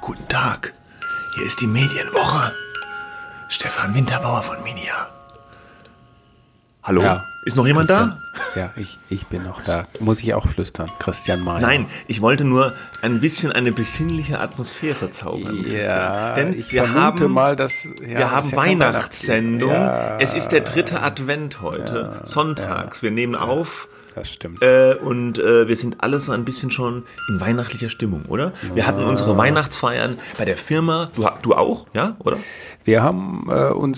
Guten Tag, hier ist die Medienwoche. Stefan Winterbauer von Media. Hallo? Ja, ist noch jemand Christian, da? Ja, ich bin noch da. Muss ich auch flüstern? Christian Mayer. Nein, ich wollte nur ein bisschen eine besinnliche Atmosphäre zaubern. Ja, denn ich wir vermute haben, mal, dass wir haben Weihnachtssendung. Ja, Es ist der 3. Advent heute, sonntags. Wir nehmen auf. Das stimmt. Und wir sind alle so ein bisschen schon in weihnachtlicher Stimmung, oder? Wir hatten unsere Weihnachtsfeiern bei der Firma. Du auch, ja, oder? Wir haben uns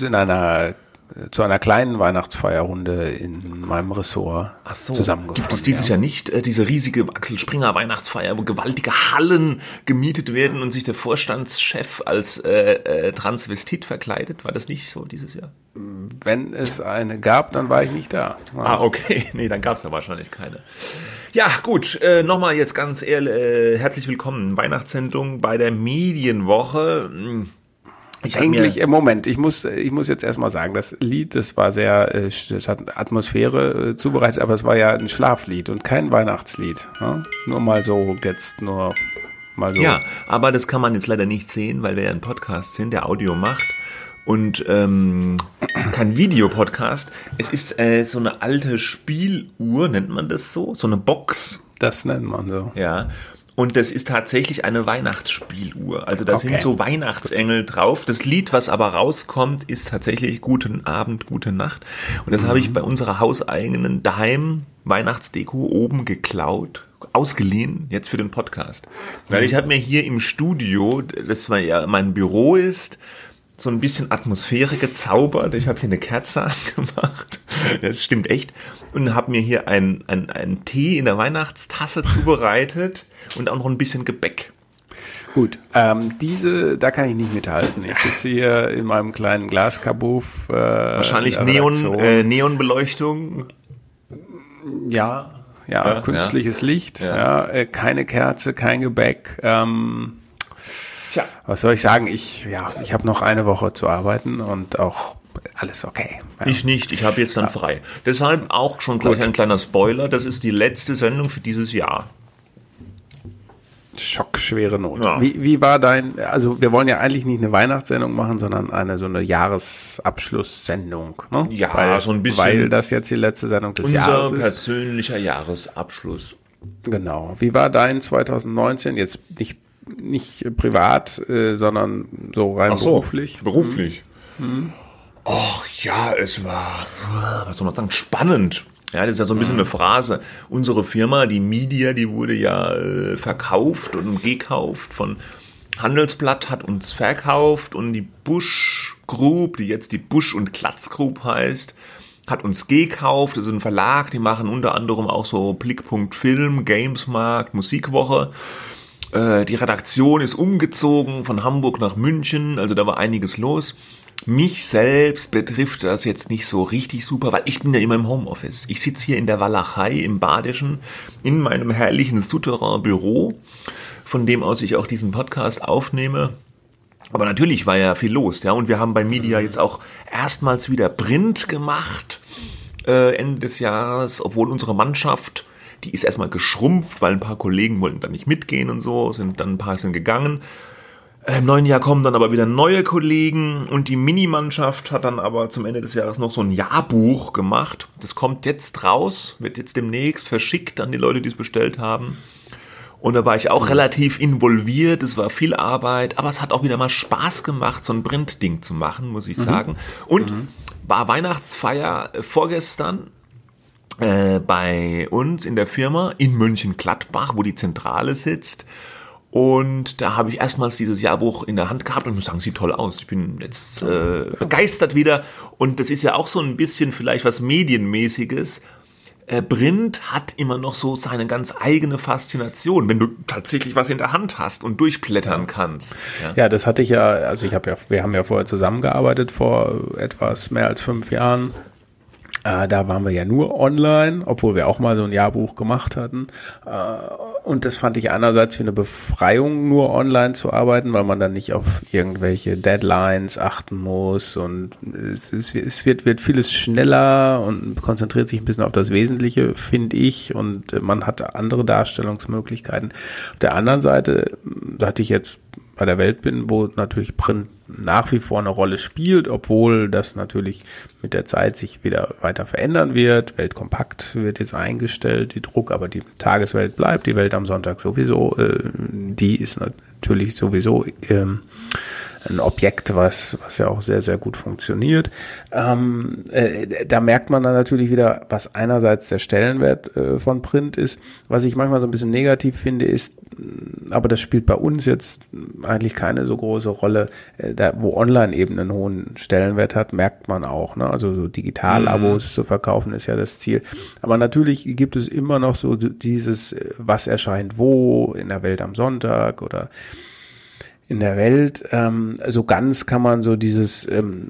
zu einer kleinen Weihnachtsfeierrunde in meinem Ressort zusammengefunden. Gibt es dieses Jahr nicht diese riesige Axel Springer Weihnachtsfeier, wo gewaltige Hallen gemietet werden und sich der Vorstandschef als Transvestit verkleidet? War das nicht so dieses Jahr? Wenn es eine gab, dann war ich nicht da. Ah, okay. Nee, dann gab es da wahrscheinlich keine. Ja, gut. Nochmal jetzt ganz ehrlich, herzlich willkommen. Weihnachtssendung bei der Medienwoche. Im Moment, ich muss jetzt erstmal sagen, das Lied, das war das hat Atmosphäre zubereitet, aber es war ja ein Schlaflied und kein Weihnachtslied. Ne? Nur mal so. Ja, aber das kann man jetzt leider nicht sehen, weil wir ja ein Podcast sind, der Audio macht und kein Videopodcast. Es ist so eine alte Spieluhr, nennt man das so? So eine Box. Das nennt man so. Ja. Und das ist tatsächlich eine Weihnachtsspieluhr. Also da sind so Weihnachtsengel drauf. Das Lied, was aber rauskommt, ist tatsächlich Guten Abend, Gute Nacht. Und das habe ich bei unserer hauseigenen daheim Weihnachtsdeko oben geklaut, ausgeliehen, jetzt für den Podcast. Weil ich habe mir hier im Studio, das ja mein Büro ist, so ein bisschen Atmosphäre gezaubert. Ich habe hier eine Kerze angemacht. Das stimmt echt. Und habe mir hier einen Tee in der Weihnachtstasse zubereitet und auch noch ein bisschen Gebäck. Gut, da kann ich nicht mithalten. Ich sitze hier in meinem kleinen Glaskabuff. Wahrscheinlich Neonbeleuchtung. Ja, künstliches Licht. Ja, keine Kerze, kein Gebäck. Tja. Was soll ich sagen? Ich habe noch eine Woche zu arbeiten und auch alles okay. Ja. Ich nicht, ich habe jetzt dann frei. Deshalb auch schon gleich ein kleiner Spoiler, das ist die letzte Sendung für dieses Jahr. Schockschwere Not. Ja. Wie war also wir wollen ja eigentlich nicht eine Weihnachtssendung machen, sondern so eine Jahresabschlusssendung. Ne? Ja, so ein bisschen. Weil das jetzt die letzte Sendung des Jahres ist. Unser persönlicher Jahresabschluss. Genau. Wie war dein 2019? Jetzt nicht privat, sondern so rein beruflich? Beruflich. Och ja, es war, was soll man sagen, spannend. Ja, das ist ja so ein bisschen eine Phrase. Unsere Firma, die Media, die wurde ja verkauft und gekauft von Handelsblatt, hat uns verkauft und die Busch Group, die jetzt die Busch und Klatz Group heißt, hat uns gekauft. Das ist ein Verlag, die machen unter anderem auch so Blickpunkt Film, Gamesmarkt, Musikwoche. Die Redaktion ist umgezogen von Hamburg nach München, also da war einiges los. Mich selbst betrifft das jetzt nicht so richtig super, weil ich bin ja immer im Homeoffice. Ich sitze hier in der Walachei im Badischen in meinem herrlichen Souterrain-Büro, von dem aus ich auch diesen Podcast aufnehme. Aber natürlich war ja viel los, ja, und wir haben bei Media jetzt auch erstmals wieder Print gemacht, Ende des Jahres, obwohl unsere Mannschaft, die ist erstmal geschrumpft, weil ein paar Kollegen wollten da nicht mitgehen und so, sind dann ein paar sind gegangen. Im neuen Jahr kommen dann aber wieder neue Kollegen und die Minimannschaft hat dann aber zum Ende des Jahres noch so ein Jahrbuch gemacht. Das kommt jetzt raus, wird jetzt demnächst verschickt an die Leute, die es bestellt haben. Und da war ich auch relativ involviert, es war viel Arbeit, aber es hat auch wieder mal Spaß gemacht, so ein Printding zu machen, muss ich sagen. Und war Weihnachtsfeier vorgestern bei uns in der Firma in Mönchengladbach, wo die Zentrale sitzt. Und da habe ich erstmals dieses Jahrbuch in der Hand gehabt und muss sagen, sieht toll aus. Ich bin jetzt begeistert wieder. Und das ist ja auch so ein bisschen vielleicht was Medienmäßiges. Print hat immer noch so seine ganz eigene Faszination, wenn du tatsächlich was in der Hand hast und durchblättern kannst. Ja, das hatte ich ja, also wir haben ja vorher zusammengearbeitet vor etwas mehr als 5 Jahren. Da waren wir ja nur online, obwohl wir auch mal so ein Jahrbuch gemacht hatten. Und das fand ich einerseits für eine Befreiung, nur online zu arbeiten, weil man dann nicht auf irgendwelche Deadlines achten muss. Und es wird vieles schneller und konzentriert sich ein bisschen auf das Wesentliche, finde ich. Und man hat andere Darstellungsmöglichkeiten. Auf der anderen Seite hatte ich jetzt bei der Welt bin, wo natürlich Print nach wie vor eine Rolle spielt, obwohl das natürlich mit der Zeit sich wieder weiter verändern wird. Weltkompakt wird jetzt eingestellt, die Druck, aber die Tageswelt bleibt, die Welt am Sonntag sowieso, die ist natürlich sowieso ein Objekt, was ja auch sehr, sehr gut funktioniert. Da merkt man dann natürlich wieder, was einerseits der Stellenwert von Print ist. Was ich manchmal so ein bisschen negativ finde, ist, aber das spielt bei uns jetzt eigentlich keine so große Rolle, da wo Online eben einen hohen Stellenwert hat, merkt man auch. Ne? Also so Digital-Abos zu verkaufen ist ja das Ziel. Aber natürlich gibt es immer noch so dieses, was erscheint wo, in der Welt am Sonntag oder in der Welt. So ganz kann man so dieses,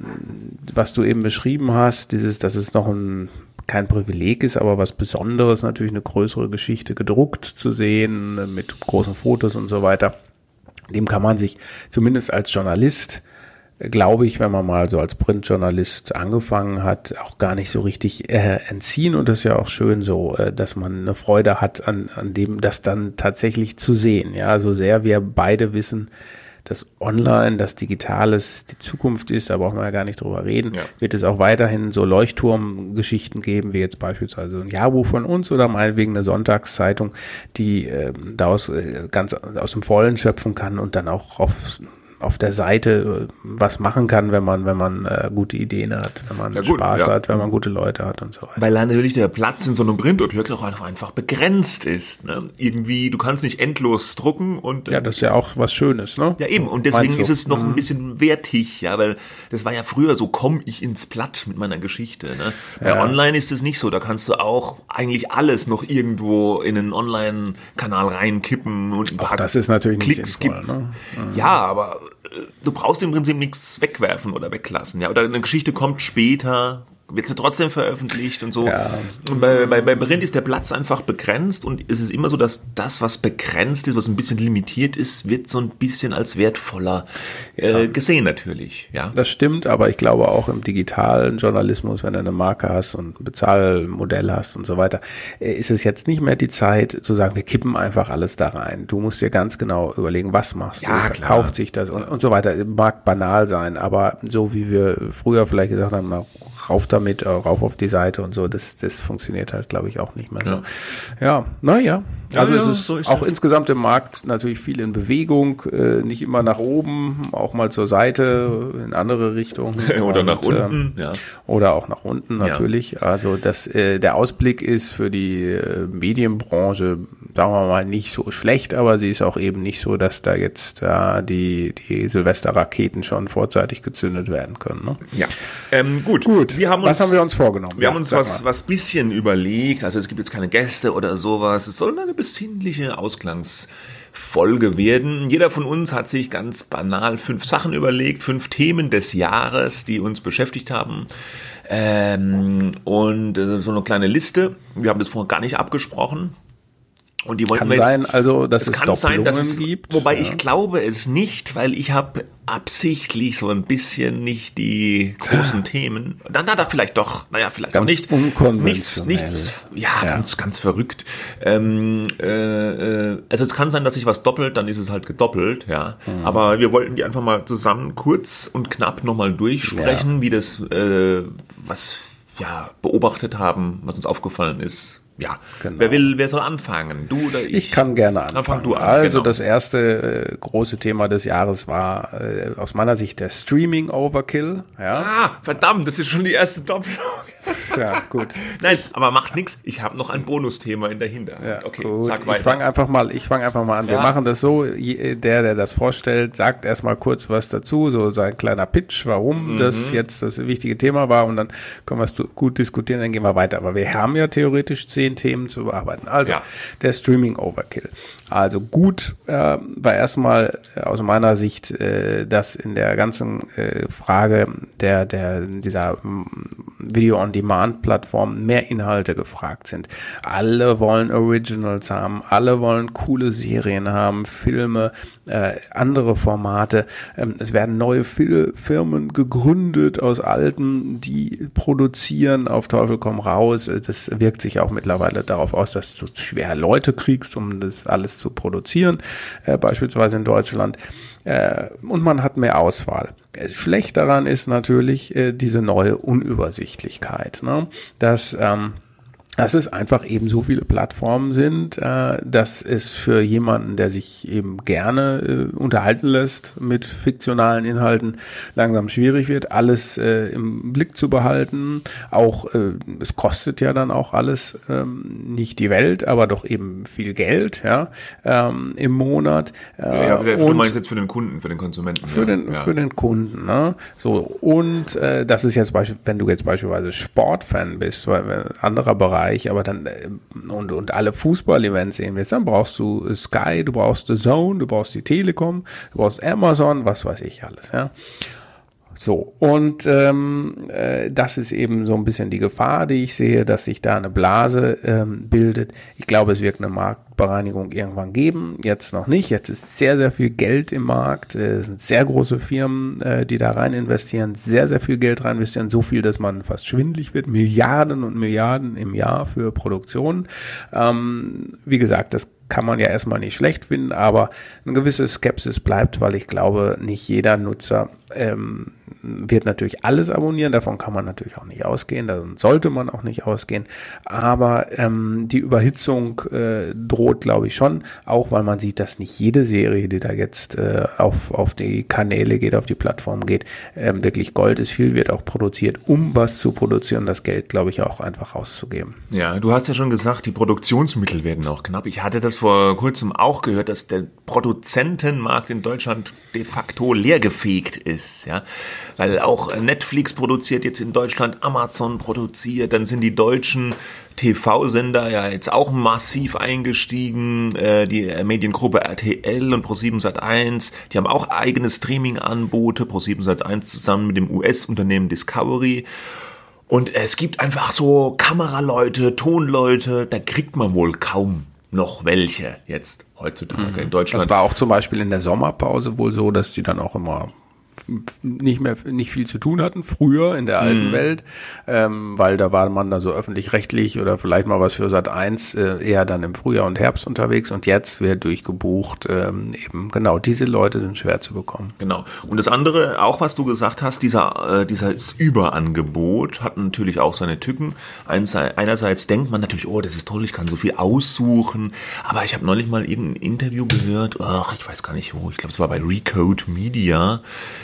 was du eben beschrieben hast, dass es noch kein Privileg ist, aber was Besonderes, natürlich eine größere Geschichte gedruckt zu sehen, mit großen Fotos und so weiter. Dem kann man sich zumindest als Journalist, glaube ich, wenn man mal so als Printjournalist angefangen hat, auch gar nicht so richtig entziehen. Und das ist ja auch schön so, dass man eine Freude hat an dem, das dann tatsächlich zu sehen. Ja, so sehr wir beide wissen, dass Online, dass Digitales die Zukunft ist, da brauchen wir ja gar nicht drüber reden, wird es auch weiterhin so Leuchtturmgeschichten geben, wie jetzt beispielsweise ein Jahrbuch von uns oder meinetwegen eine Sonntagszeitung, die daraus ganz aus dem Vollen schöpfen kann und dann auch auf der Seite was machen kann, wenn man gute Ideen hat, wenn man Spaß hat, wenn man gute Leute hat und so weiter. Weil natürlich der Platz in so einem Printobjekt auch einfach begrenzt ist. Ne? Irgendwie, du kannst nicht endlos drucken und ja, das ist ja auch was Schönes, ne? Ja eben, und deswegen ist es noch ein bisschen wertig, ja, weil das war ja früher so, komme ich ins Blatt mit meiner Geschichte. Ne? Bei Online ist es nicht so, da kannst du auch eigentlich alles noch irgendwo in einen Online-Kanal reinkippen und ein paar das ist natürlich Klicks nicht sinnvoll, gibt's. Ne? Ja, aber du brauchst im Prinzip nichts wegwerfen oder weglassen, ja. Oder eine Geschichte kommt später, wird sie trotzdem veröffentlicht und so. Ja. Und bei Print ist der Platz einfach begrenzt und es ist immer so, dass das, was begrenzt ist, was ein bisschen limitiert ist, wird so ein bisschen als wertvoller gesehen natürlich. Ja. Das stimmt, aber ich glaube auch im digitalen Journalismus, wenn du eine Marke hast und ein Bezahlmodell hast und so weiter, ist es jetzt nicht mehr die Zeit zu sagen, wir kippen einfach alles da rein. Du musst dir ganz genau überlegen, was machst du, verkauft sich das und so weiter. Mag banal sein, aber so wie wir früher vielleicht gesagt haben, rauf damit, rauf auf die Seite und so, das funktioniert halt, glaube ich, auch nicht mehr so. Ja, naja. Also es ist so auch insgesamt im Markt natürlich viel in Bewegung, nicht immer nach oben, auch mal zur Seite, in andere Richtungen. Oder nach unten, Oder auch nach unten natürlich. Ja. Also der Ausblick ist für die Medienbranche, sagen wir mal, nicht so schlecht, aber sie ist auch eben nicht so, dass da jetzt die Silvesterraketen schon vorzeitig gezündet werden können. Ne? Ja, gut. Was haben wir uns vorgenommen? Wir haben uns was bisschen überlegt. Also es gibt jetzt keine Gäste oder sowas. Es soll eine besinnliche Ausklangsfolge werden. Jeder von uns hat sich ganz banal 5 Sachen überlegt, 5 Themen des Jahres, die uns beschäftigt haben. Und so eine kleine Liste. Wir haben das vorher gar nicht abgesprochen. Und die wollten kann sein, also dass es Doppelungen gibt. Wobei ich glaube es nicht, weil ich habe absichtlich so ein bisschen nicht die großen Themen. Da vielleicht doch, vielleicht ganz auch nicht. Nichts, ganz verrückt. Also es kann sein, dass sich was doppelt, dann ist es halt gedoppelt, ja. Mhm. Aber wir wollten die einfach mal zusammen kurz und knapp nochmal durchsprechen, wie das, was wir beobachtet haben, was uns aufgefallen ist. Ja, genau. Wer soll anfangen? Du oder ich? Ich kann gerne anfangen. Fang du an, also das erste große Thema des Jahres war aus meiner Sicht der Streaming-Overkill. Ja. Verdammt, das ist schon die erste Doppelung. Ja, gut. Nein, aber macht nichts. Ich habe noch ein Bonusthema in der Hinterhand. Ja, okay, gut. Sag weiter. Ich fange einfach mal an. Wir machen das so, der das vorstellt, sagt erstmal kurz was dazu, so sein kleiner Pitch, warum das jetzt das wichtige Thema war und dann können wir es gut diskutieren, dann gehen wir weiter. Aber wir haben ja theoretisch 10 Themen zu bearbeiten. Also, der Streaming-Overkill. Also gut war erstmal aus meiner Sicht, dass in der ganzen Frage dieser Video-on-Demand On-Demand-Plattformen mehr Inhalte gefragt sind. Alle wollen Originals haben, alle wollen coole Serien haben, Filme, andere Formate. Es werden neue Firmen gegründet aus alten, die produzieren auf Teufel komm raus. Das wirkt sich auch mittlerweile darauf aus, dass du schwer Leute kriegst, um das alles zu produzieren, beispielsweise in Deutschland. Und man hat mehr Auswahl. Schlecht daran ist natürlich diese neue Unübersichtlichkeit, ne? Dass es einfach eben so viele Plattformen sind, dass es für jemanden, der sich eben gerne unterhalten lässt mit fiktionalen Inhalten, langsam schwierig wird, alles im Blick zu behalten. Auch es kostet ja dann auch alles nicht die Welt, aber doch eben viel Geld, ja, im Monat. Du meinst jetzt für den Kunden, für den Konsumenten. Für den Kunden, ne? So, und das ist jetzt wenn du jetzt beispielsweise Sportfan bist, weil anderer Bereich, aber dann und alle Fußball-Events sehen willst, dann brauchst du Sky, du brauchst The Zone, du brauchst die Telekom, du brauchst Amazon, was weiß ich alles, ja. So, und das ist eben so ein bisschen die Gefahr, die ich sehe, dass sich da eine Blase bildet. Ich glaube, es wird eine Marktbereinigung irgendwann geben, jetzt noch nicht. Jetzt ist sehr, sehr viel Geld im Markt. Es sind sehr große Firmen, die da rein investieren, sehr, sehr viel Geld rein investieren, so viel, dass man fast schwindelig wird. Milliarden und Milliarden im Jahr für Produktion. Wie gesagt, das kann man ja erstmal nicht schlecht finden, aber eine gewisse Skepsis bleibt, weil ich glaube, nicht jeder Nutzer wird natürlich alles abonnieren, davon kann man natürlich auch nicht ausgehen, davon sollte man auch nicht ausgehen, aber die Überhitzung droht, glaube ich, schon, auch weil man sieht, dass nicht jede Serie, die da jetzt auf die Kanäle geht, auf die Plattform geht, wirklich Gold ist. Viel wird auch produziert, um was zu produzieren, das Geld, glaube ich, auch einfach auszugeben. Ja, du hast ja schon gesagt, die Produktionsmittel werden auch knapp. Ich hatte das vor kurzem auch gehört, dass der Produzentenmarkt in Deutschland de facto leergefegt ist, ja, weil auch Netflix produziert jetzt in Deutschland, Amazon produziert, dann sind die deutschen TV-Sender ja jetzt auch massiv eingestiegen, die Mediengruppe RTL und ProSiebenSat.1, die haben auch eigene Streaming-Angebote, ProSiebenSat.1 zusammen mit dem US-Unternehmen Discovery. Und es gibt einfach so Kameraleute, Tonleute, da kriegt man wohl kaum noch welche jetzt heutzutage in Deutschland. Das war auch zum Beispiel in der Sommerpause wohl so, dass die dann auch immer nicht viel zu tun hatten, früher in der alten Welt, weil da war man da so öffentlich-rechtlich oder vielleicht mal was für Sat.1 eher dann im Frühjahr und Herbst unterwegs und jetzt wird durchgebucht, eben genau, diese Leute sind schwer zu bekommen. Genau. Und das andere, auch was du gesagt hast, dieses Überangebot hat natürlich auch seine Tücken. Einerseits denkt man natürlich, oh, das ist toll, ich kann so viel aussuchen, aber ich habe neulich mal irgendein Interview gehört, ich weiß gar nicht wo, ich glaube es war bei Recode Media,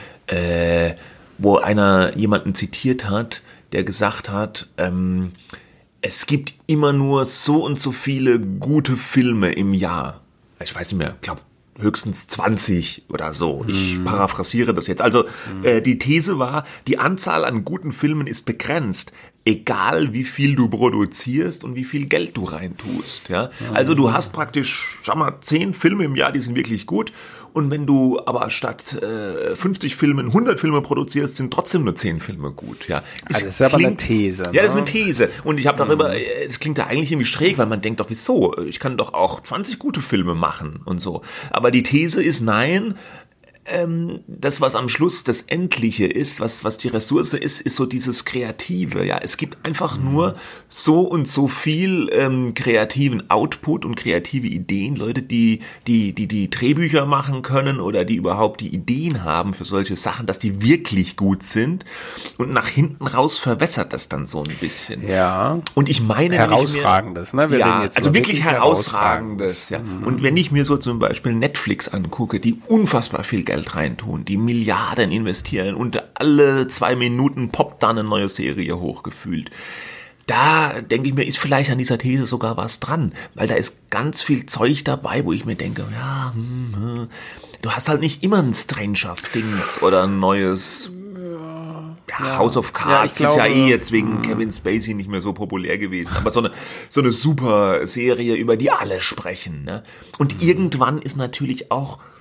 wo einer jemanden zitiert hat, der gesagt hat, es gibt immer nur so und so viele gute Filme im Jahr. Ich weiß nicht mehr, ich glaube höchstens 20 oder so. Ich paraphrasiere das jetzt. Also die These war, die Anzahl an guten Filmen ist begrenzt, egal wie viel du produzierst und wie viel Geld du reintust. Ja? Also du hast praktisch, 10 Filme im Jahr, die sind wirklich gut. Und wenn du aber statt 50 Filmen 100 Filme produzierst, sind trotzdem nur 10 Filme gut. Ja, das ist aber eine These. Ja, das ist eine These. Und ich habe darüber, es klingt da eigentlich irgendwie schräg, weil man denkt doch, wieso? Ich kann doch auch 20 gute Filme machen und so. Aber die These ist, nein, das, was am Schluss das Endliche ist, was die Ressource ist so dieses Kreative. Ja, es gibt einfach nur so und so viel kreativen Output und kreative Ideen, Leute, die Drehbücher machen können oder die überhaupt die Ideen haben für solche Sachen, dass die wirklich gut sind. Und nach hinten raus verwässert das dann so ein bisschen. Ja. Und ich meine, herausragendes, ne? Wir ja, also wirklich herausragendes. Ja. Und wenn ich mir so zum Beispiel Netflix angucke, die unfassbar viel Geld reintun, die Milliarden investieren und alle 2 Minuten poppt dann eine neue Serie hochgefühlt. Da denke ich mir, ist vielleicht an dieser These sogar was dran, weil da ist ganz viel Zeug dabei, wo ich mir denke, ja, du hast halt nicht immer ein Stranger Things oder ein neues House of Cards, ist ja jetzt wegen Kevin Spacey nicht mehr so populär gewesen, aber so eine super Serie, über die alle sprechen. Ne? Und irgendwann ist natürlich auch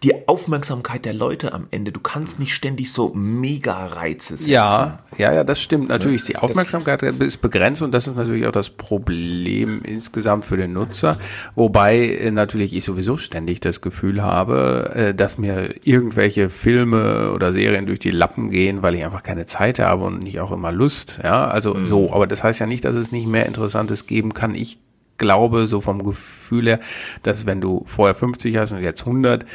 die Aufmerksamkeit der Leute am Ende. Du kannst nicht ständig so Mega-Reize setzen. Ja, das stimmt. Natürlich, die Aufmerksamkeit ist begrenzt und das ist natürlich auch das Problem insgesamt für den Nutzer. Wobei natürlich ich sowieso ständig das Gefühl habe, dass mir irgendwelche Filme oder Serien durch die Lappen gehen, weil ich einfach keine Zeit habe und nicht auch immer Lust. Ja, also so. Aber das heißt ja nicht, dass es nicht mehr Interessantes geben kann. Ich glaube, so vom Gefühl her, dass wenn du vorher 50 hast und jetzt 100,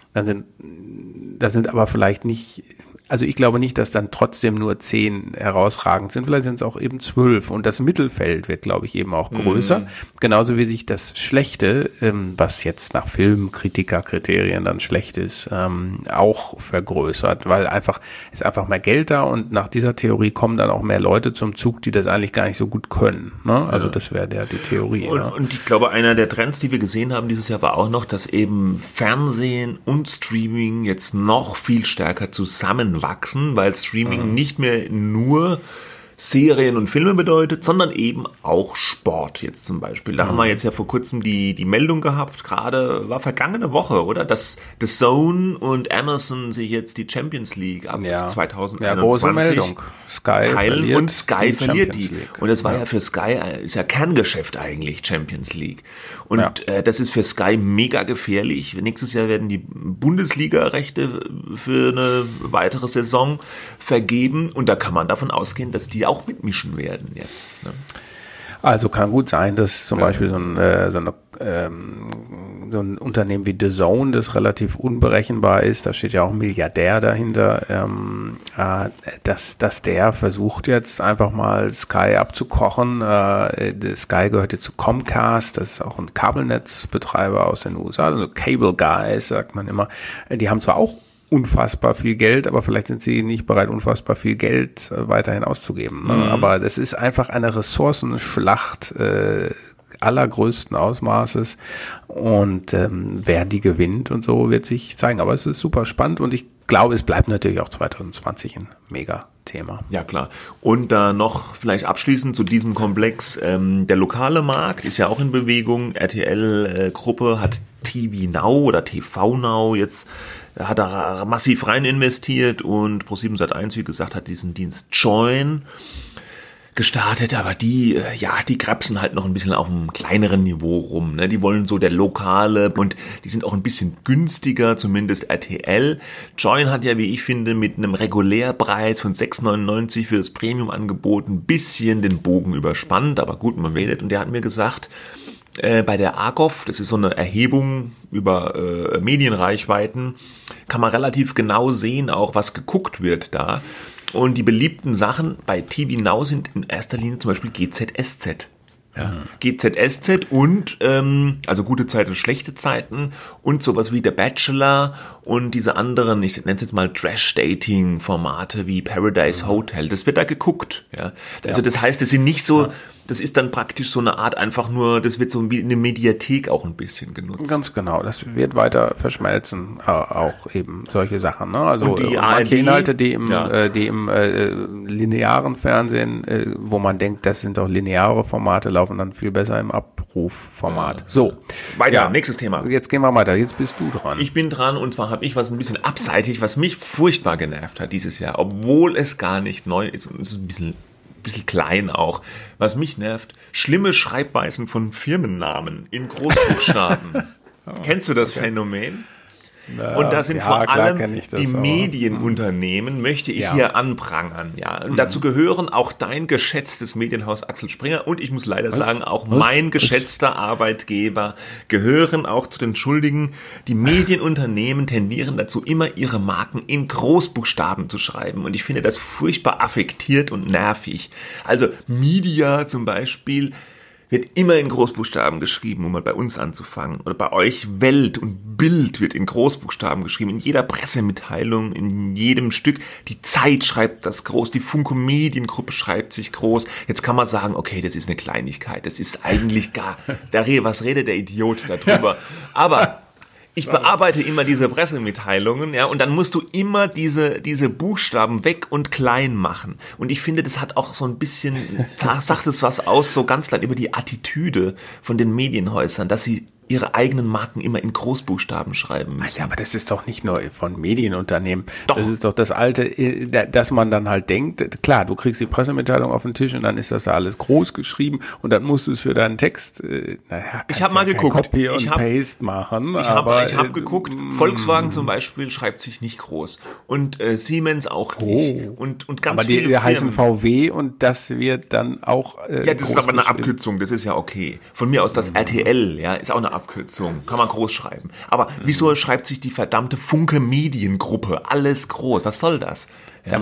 das sind aber vielleicht nicht, also ich glaube nicht, dass dann trotzdem nur 10 herausragend sind, vielleicht sind es auch eben 12 und das Mittelfeld wird, glaube ich, eben auch größer, genauso wie sich das Schlechte, was jetzt nach Filmkritikerkriterien dann schlecht ist, auch vergrößert, weil ist einfach mehr Geld da und nach dieser Theorie kommen dann auch mehr Leute zum Zug, die das eigentlich gar nicht so gut können, ne? Also das wäre die Theorie. Und ich glaube, einer der Trends, die wir gesehen haben dieses Jahr, war auch noch, dass eben Fernsehen und Streaming jetzt noch viel stärker zusammenwachsen, weil Streaming nicht mehr nur Serien und Filme bedeutet, sondern eben auch Sport jetzt zum Beispiel. Da haben wir jetzt ja vor kurzem die Meldung gehabt, war vergangene Woche, oder? Dass The Zone und Amazon sich jetzt die Champions League ab 2021 teilen und Sky verliert die. Und das war ja für Sky, ist ja Kerngeschäft eigentlich, Champions League. Und das ist für Sky mega gefährlich. Nächstes Jahr werden die Bundesliga-Rechte für eine weitere Saison vergeben und da kann man davon ausgehen, dass die auch mitmischen werden jetzt. Ne? Also kann gut sein, dass zum Beispiel so ein Unternehmen wie The Zone, das relativ unberechenbar ist, da steht ja auch ein Milliardär dahinter, dass der versucht jetzt einfach mal Sky abzukochen. Sky gehört jetzt zu Comcast, das ist auch ein Kabelnetzbetreiber aus den USA, also Cable Guys, sagt man immer. Die haben zwar auch unfassbar viel Geld, aber vielleicht sind sie nicht bereit, unfassbar viel Geld weiterhin auszugeben. Ne? Aber das ist einfach eine Ressourcenschlacht allergrößten Ausmaßes und wer die gewinnt und so wird sich zeigen. Aber es ist super spannend und ich glaube, es bleibt natürlich auch 2020 ein Mega-Thema. Ja, klar. Und da noch vielleicht abschließend zu diesem Komplex, der lokale Markt ist ja auch in Bewegung. RTL-Gruppe hat TV Now oder TV Now jetzt hat da massiv rein investiert und Pro7 Sat.1, wie gesagt, hat diesen Dienst Join gestartet, aber die krebsen halt noch ein bisschen auf einem kleineren Niveau rum, ne? Die wollen so der lokale und die sind auch ein bisschen günstiger, zumindest RTL. Join hat ja, wie ich finde, mit einem Regulärpreis von 6,99 für das Premium-Angebot ein bisschen den Bogen überspannt, aber gut, man wählt. Und der hat mir gesagt, bei der AGOF, das ist so eine Erhebung über Medienreichweiten, kann man relativ genau sehen, auch was geguckt wird da. Und die beliebten Sachen bei TV Now sind in erster Linie zum Beispiel GZSZ. Ja. GZSZ und also gute Zeiten, schlechte Zeiten und sowas wie The Bachelor und diese anderen, ich nenne es jetzt mal Trash-Dating-Formate wie Paradise Hotel. Das wird da geguckt. Ja. Also das heißt, das sind nicht so... Das ist dann praktisch so eine Art einfach nur, das wird so wie eine Mediathek auch ein bisschen genutzt. Ganz genau, das wird weiter verschmelzen, auch eben solche Sachen. Ne? Also und die manche Inhalte, die im linearen Fernsehen, wo man denkt, das sind doch lineare Formate, laufen dann viel besser im Abrufformat. Ja. So. Weiter, nächstes Thema. Jetzt gehen wir weiter, jetzt bist du dran. Ich bin dran und zwar habe ich was ein bisschen abseitig, was mich furchtbar genervt hat dieses Jahr, obwohl es gar nicht neu ist und es ist ein bisschen klein auch. Was mich nervt, schlimme Schreibweisen von Firmennamen in Großbuchstaben. Kennst du das Phänomen? Ja, und da sind vor allem die Medienunternehmen, möchte ich hier anprangern. Ja. Und dazu gehören auch dein geschätztes Medienhaus Axel Springer und ich muss leider sagen, auch mein geschätzter Arbeitgeber gehören auch zu den Schuldigen. Die Medienunternehmen tendieren dazu, immer ihre Marken in Großbuchstaben zu schreiben. Und ich finde das furchtbar affektiert und nervig. Also Media zum Beispiel wird immer in Großbuchstaben geschrieben, um mal bei uns anzufangen. Oder bei euch Welt und Bild wird in Großbuchstaben geschrieben. In jeder Pressemitteilung, in jedem Stück. Die Zeit schreibt das groß, die Funko Mediengruppe schreibt sich groß. Jetzt kann man sagen, okay, das ist eine Kleinigkeit. Das ist eigentlich was redet der Idiot darüber? Aber ich bearbeite immer diese Pressemitteilungen, ja, und dann musst du immer diese Buchstaben weg und klein machen. Und ich finde, das hat auch so ein bisschen, sagt es was aus, so ganz klein über die Attitüde von den Medienhäusern, dass sie ihre eigenen Marken immer in Großbuchstaben schreiben müssen. Aber das ist doch nicht nur von Medienunternehmen. Doch. Das ist doch das Alte, dass man dann halt denkt, klar, du kriegst die Pressemitteilung auf den Tisch und dann ist das da alles groß geschrieben und dann musst du es für deinen Text, ich habe mal geguckt. Copy und Paste machen. Ich habe geguckt, Volkswagen zum Beispiel schreibt sich nicht groß und Siemens auch nicht. Und ganz aber viele die Firmen heißen VW und das wird dann auch ja, das ist aber eine Abkürzung, das ist ja okay. Von mir aus das RTL, ja, ist auch eine Abkürzung, kann man groß schreiben. Aber wieso schreibt sich die verdammte Funke Mediengruppe alles groß? Was soll das? Ja.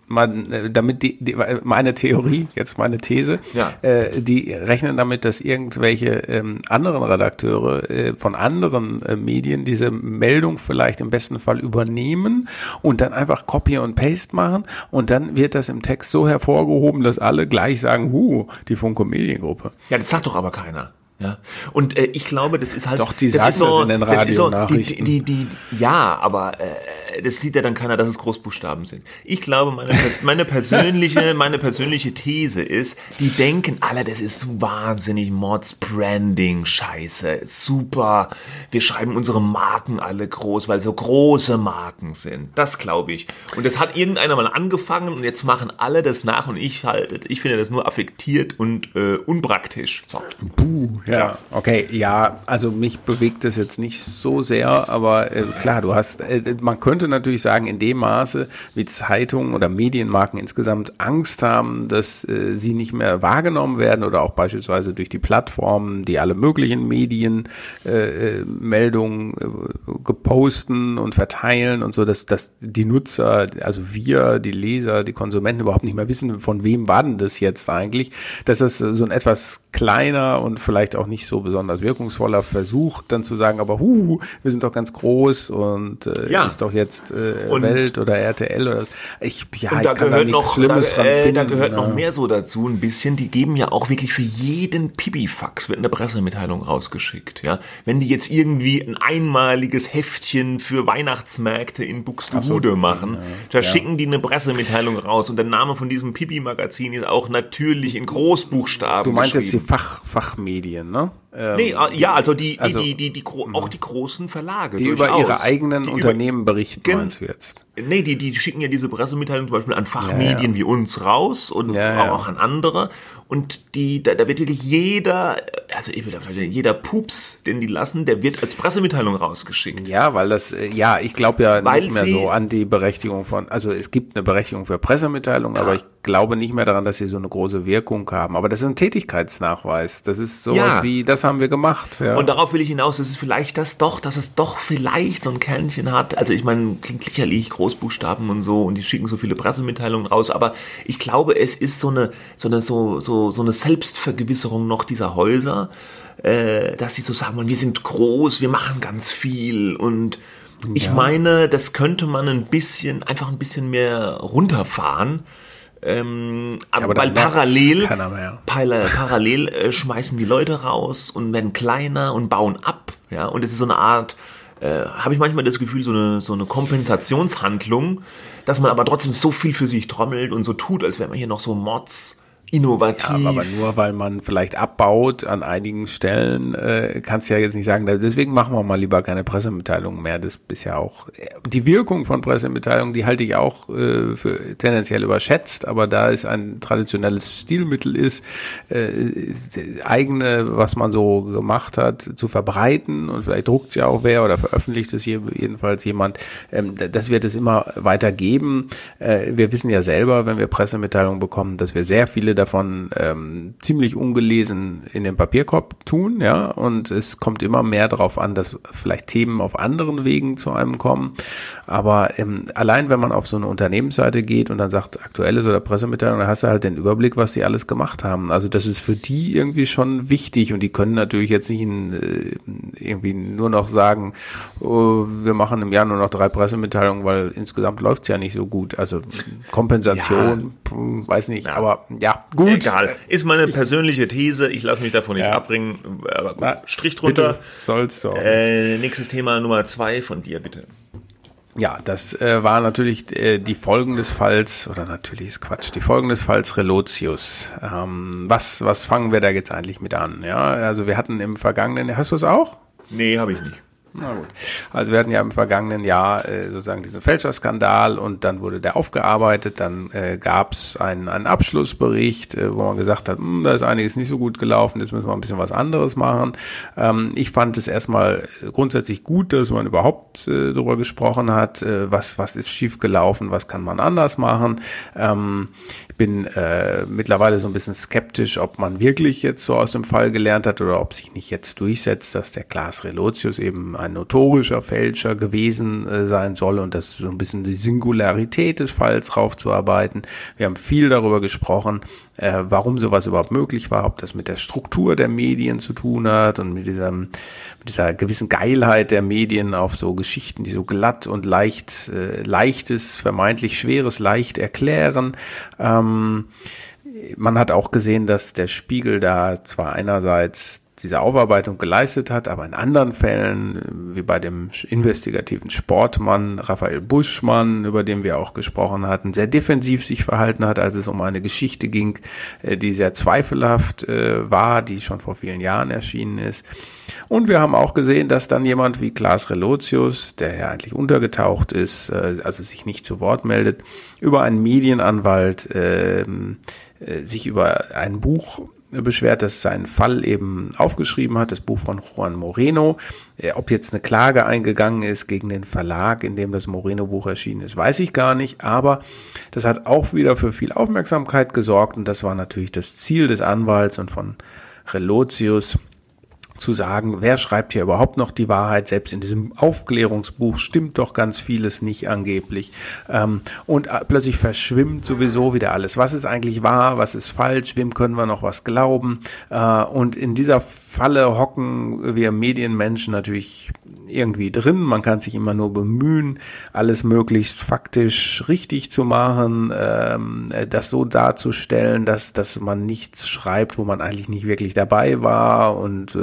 Damit meine Theorie, jetzt meine These, die rechnen damit, dass irgendwelche anderen Redakteure von anderen Medien diese Meldung vielleicht im besten Fall übernehmen und dann einfach Copy und Paste machen und dann wird das im Text so hervorgehoben, dass alle gleich sagen, die Funke Mediengruppe. Ja, das sagt doch aber keiner. Ja, und ich glaube, das ist halt. Doch, die das sagen ist so, das in den Radionachrichten. Ja, aber das sieht ja dann keiner, dass es Großbuchstaben sind. Ich glaube, meine persönliche These ist, die denken alle, das ist wahnsinnig Mords-Branding-Scheiße, super. Wir schreiben unsere Marken alle groß, weil so große Marken sind. Das glaube ich. Und das hat irgendeiner mal angefangen und jetzt machen alle das nach und ich finde das nur affektiert und unpraktisch. So. Ja, okay, ja, also mich bewegt das jetzt nicht so sehr, aber klar, man könnte natürlich sagen, in dem Maße, wie Zeitungen oder Medienmarken insgesamt Angst haben, dass sie nicht mehr wahrgenommen werden oder auch beispielsweise durch die Plattformen, die alle möglichen Medien Meldungen geposten und verteilen und so, dass die Nutzer, also wir, die Leser, die Konsumenten überhaupt nicht mehr wissen, von wem war denn das jetzt eigentlich, dass das so ein etwas kleiner und vielleicht auch nicht so besonders wirkungsvoller Versuch, dann zu sagen, aber wir sind doch ganz groß und ist doch jetzt Welt oder RTL oder da gehört noch mehr so dazu ein bisschen, die geben ja auch wirklich für jeden Pipifax wird eine Pressemitteilung rausgeschickt, ja. Wenn die jetzt irgendwie ein einmaliges Heftchen für Weihnachtsmärkte in Buxtehude machen, schicken die eine Pressemitteilung raus und der Name von diesem Pipi-Magazin ist auch natürlich in Großbuchstaben Du meinst geschrieben. jetzt die Fachmedien, ne? Also auch die großen Verlage. Die über ihre eigenen Unternehmen berichten, meinst du jetzt? Nee, die schicken ja diese Pressemitteilung zum Beispiel an Fachmedien wie uns raus und auch an andere. Und da wird wirklich jeder Pups, den die lassen, der wird als Pressemitteilung rausgeschickt. Ja, weil ich glaube ja nicht mehr so an die Berechtigung also es gibt eine Berechtigung für Pressemitteilungen, aber ich glaube nicht mehr daran, dass sie so eine große Wirkung haben. Aber das ist ein Tätigkeitsnachweis. Das ist sowas wie, das haben wir gemacht. Ja. Und darauf will ich hinaus, dass es vielleicht dass es doch vielleicht so ein Kernchen hat. Also ich meine, klingt sicherlich Großbuchstaben und so und die schicken so viele Pressemitteilungen raus, aber ich glaube, es ist so eine Selbstvergewisserung noch dieser Häuser, dass sie so sagen, wir sind groß, wir machen ganz viel und ich meine, das könnte man ein bisschen mehr runterfahren. Weil parallel schmeißen die Leute raus und werden kleiner und bauen ab, ja, und es ist so eine Art, habe ich manchmal das Gefühl, so eine Kompensationshandlung, dass man aber trotzdem so viel für sich trommelt und so tut, als wäre man hier noch so Mods innovativ. Ja, aber nur weil man vielleicht abbaut an einigen Stellen, kannst du ja jetzt nicht sagen, deswegen machen wir mal lieber keine Pressemitteilungen mehr. Das ist ja auch die Wirkung von Pressemitteilungen, die halte ich auch für tendenziell überschätzt, aber da es ein traditionelles Stilmittel ist, eigene, was man so gemacht hat, zu verbreiten und vielleicht druckt es ja auch wer oder veröffentlicht es jedenfalls jemand, das wird es immer weiter geben. Wir wissen ja selber, wenn wir Pressemitteilungen bekommen, dass wir sehr viele davon ziemlich ungelesen in den Papierkorb tun, ja, und es kommt immer mehr darauf an, dass vielleicht Themen auf anderen Wegen zu einem kommen, aber allein wenn man auf so eine Unternehmensseite geht und dann sagt, aktuelles oder Pressemitteilung, dann hast du halt den Überblick, was die alles gemacht haben, also das ist für die irgendwie schon wichtig und die können natürlich jetzt nicht irgendwie nur noch sagen, wir machen im Jahr nur noch 3 Pressemitteilungen, weil insgesamt läuft es ja nicht so gut, also Kompensation, weiß nicht, aber ja, gut. Egal. Ist meine persönliche These. Ich lasse mich davon nicht abbringen. Aber gut. Strich drunter. Bitte, sollst du. Nächstes Thema Nummer 2 von dir, bitte. Ja, das war natürlich die Folgen des Falls, oder natürlich ist Quatsch, die Folgen des Falls Relotius. Was fangen wir da jetzt eigentlich mit an? Ja, also wir hatten im vergangenen, hast du es auch? Nee, habe ich nicht. Na gut. Also wir hatten ja im vergangenen Jahr sozusagen diesen Fälscherskandal und dann wurde der aufgearbeitet, dann gab es einen Abschlussbericht, wo man gesagt hat, da ist einiges nicht so gut gelaufen, jetzt müssen wir ein bisschen was anderes machen. Ich fand es erstmal grundsätzlich gut, dass man überhaupt darüber gesprochen hat, was ist schief gelaufen, was kann man anders machen. Ich bin mittlerweile so ein bisschen skeptisch, ob man wirklich jetzt so aus dem Fall gelernt hat oder ob sich nicht jetzt durchsetzt, dass der Klaas Relotius eben ein notorischer Fälscher gewesen sein soll und das so ein bisschen die Singularität des Falls raufzuarbeiten. Wir haben viel darüber gesprochen, warum sowas überhaupt möglich war, ob das mit der Struktur der Medien zu tun hat und mit dieser gewissen Geilheit der Medien auf so Geschichten, die so glatt und leichtes, vermeintlich schweres, leicht erklären. Man hat auch gesehen, dass der Spiegel da zwar einerseits diese Aufarbeitung geleistet hat, aber in anderen Fällen, wie bei dem investigativen Sportmann Raphael Buschmann, über den wir auch gesprochen hatten, sehr defensiv sich verhalten hat, als es um eine Geschichte ging, die sehr zweifelhaft war, die schon vor vielen Jahren erschienen ist. Und wir haben auch gesehen, dass dann jemand wie Klaas Relotius, der ja eigentlich untergetaucht ist, also sich nicht zu Wort meldet, über einen Medienanwalt sich über ein Buch beschwert, dass seinen Fall eben aufgeschrieben hat, das Buch von Juan Moreno. Ob jetzt eine Klage eingegangen ist gegen den Verlag, in dem das Moreno-Buch erschienen ist, weiß ich gar nicht, aber das hat auch wieder für viel Aufmerksamkeit gesorgt und das war natürlich das Ziel des Anwalts und von Relotius, zu sagen, wer schreibt hier überhaupt noch die Wahrheit? Selbst in diesem Aufklärungsbuch stimmt doch ganz vieles nicht angeblich. Und plötzlich verschwimmt sowieso wieder alles. Was ist eigentlich wahr? Was ist falsch? Wem können wir noch was glauben? Und in dieser Falle hocken wir Medienmenschen natürlich irgendwie drin. Man kann sich immer nur bemühen, alles möglichst faktisch richtig zu machen, das so darzustellen, dass man nichts schreibt, wo man eigentlich nicht wirklich dabei war und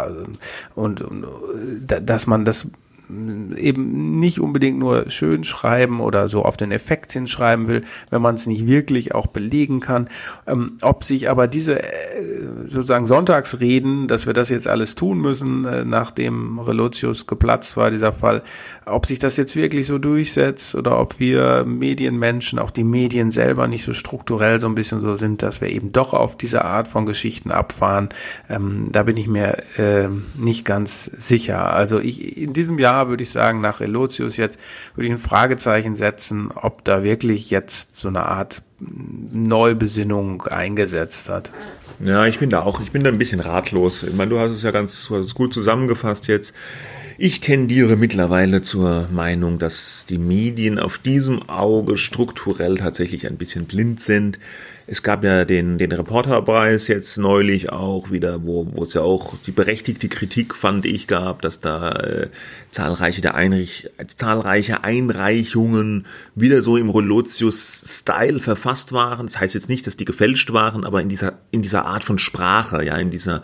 dass man das eben nicht unbedingt nur schön schreiben oder so auf den Effekt hinschreiben will, wenn man es nicht wirklich auch belegen kann. Ob sich aber diese sozusagen Sonntagsreden, dass wir das jetzt alles tun müssen, nachdem Relotius geplatzt war, dieser Fall, ob sich das jetzt wirklich so durchsetzt oder ob wir Medienmenschen, auch die Medien selber nicht so strukturell so ein bisschen so sind, dass wir eben doch auf diese Art von Geschichten abfahren, da bin ich mir nicht ganz sicher. Also in diesem Jahr würde ich sagen, nach Relotius jetzt würde ich ein Fragezeichen setzen, ob da wirklich jetzt so eine Art Neubesinnung eingesetzt hat. Ja, ich bin da ein bisschen ratlos. Ich meine, du hast es gut zusammengefasst jetzt. Ich tendiere mittlerweile zur Meinung, dass die Medien auf diesem Auge strukturell tatsächlich ein bisschen blind sind. Es gab ja den Reporterpreis jetzt neulich auch wieder, wo es ja auch die berechtigte Kritik, fand ich, gab, dass da zahlreiche Einreichungen wieder so im Relotius-Style verfasst waren. Das heißt jetzt nicht, dass die gefälscht waren, aber in dieser Art von Sprache, ja, in dieser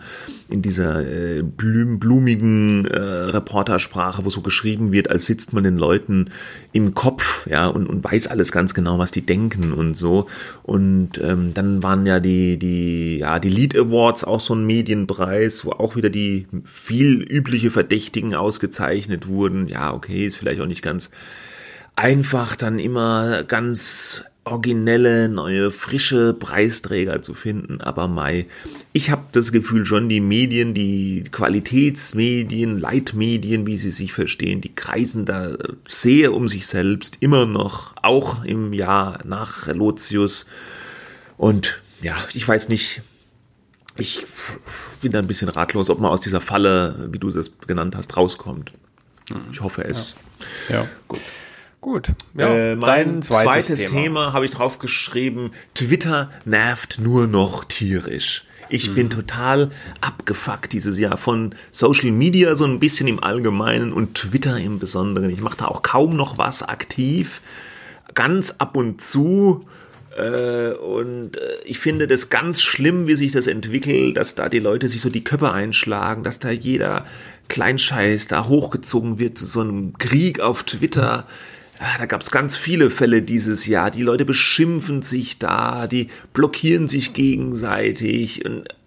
blumigen Reportersprache, wo so geschrieben wird, als sitzt man den Leuten im Kopf, ja, und weiß alles ganz genau, was die denken und so. Und dann waren ja die Lead Awards auch so ein Medienpreis, wo auch wieder die viel übliche Verdächtigen ausgezeichnet wurden. Ja, okay, ist vielleicht auch nicht ganz einfach, dann immer ganz originelle, neue, frische Preisträger zu finden, aber ich habe das Gefühl schon, die Medien, die Qualitätsmedien, Leitmedien, wie sie sich verstehen, die kreisen da sehr um sich selbst, immer noch, auch im Jahr nach Relotius. Und ja, ich weiß nicht, ich bin da ein bisschen ratlos, ob man aus dieser Falle, wie du das genannt hast, rauskommt. Ich hoffe es. Ja. Gut. Ja, mein zweites Thema habe ich drauf geschrieben, Twitter nervt nur noch tierisch. Ich bin total abgefuckt dieses Jahr von Social Media so ein bisschen im Allgemeinen und Twitter im Besonderen. Ich mache da auch kaum noch was aktiv, ganz ab und zu. Und ich finde das ganz schlimm, wie sich das entwickelt, dass da die Leute sich so die Köpfe einschlagen, dass da jeder Kleinscheiß da hochgezogen wird zu so einem Krieg auf Twitter. Da gab es ganz viele Fälle dieses Jahr. Die Leute beschimpfen sich da, die blockieren sich gegenseitig. Und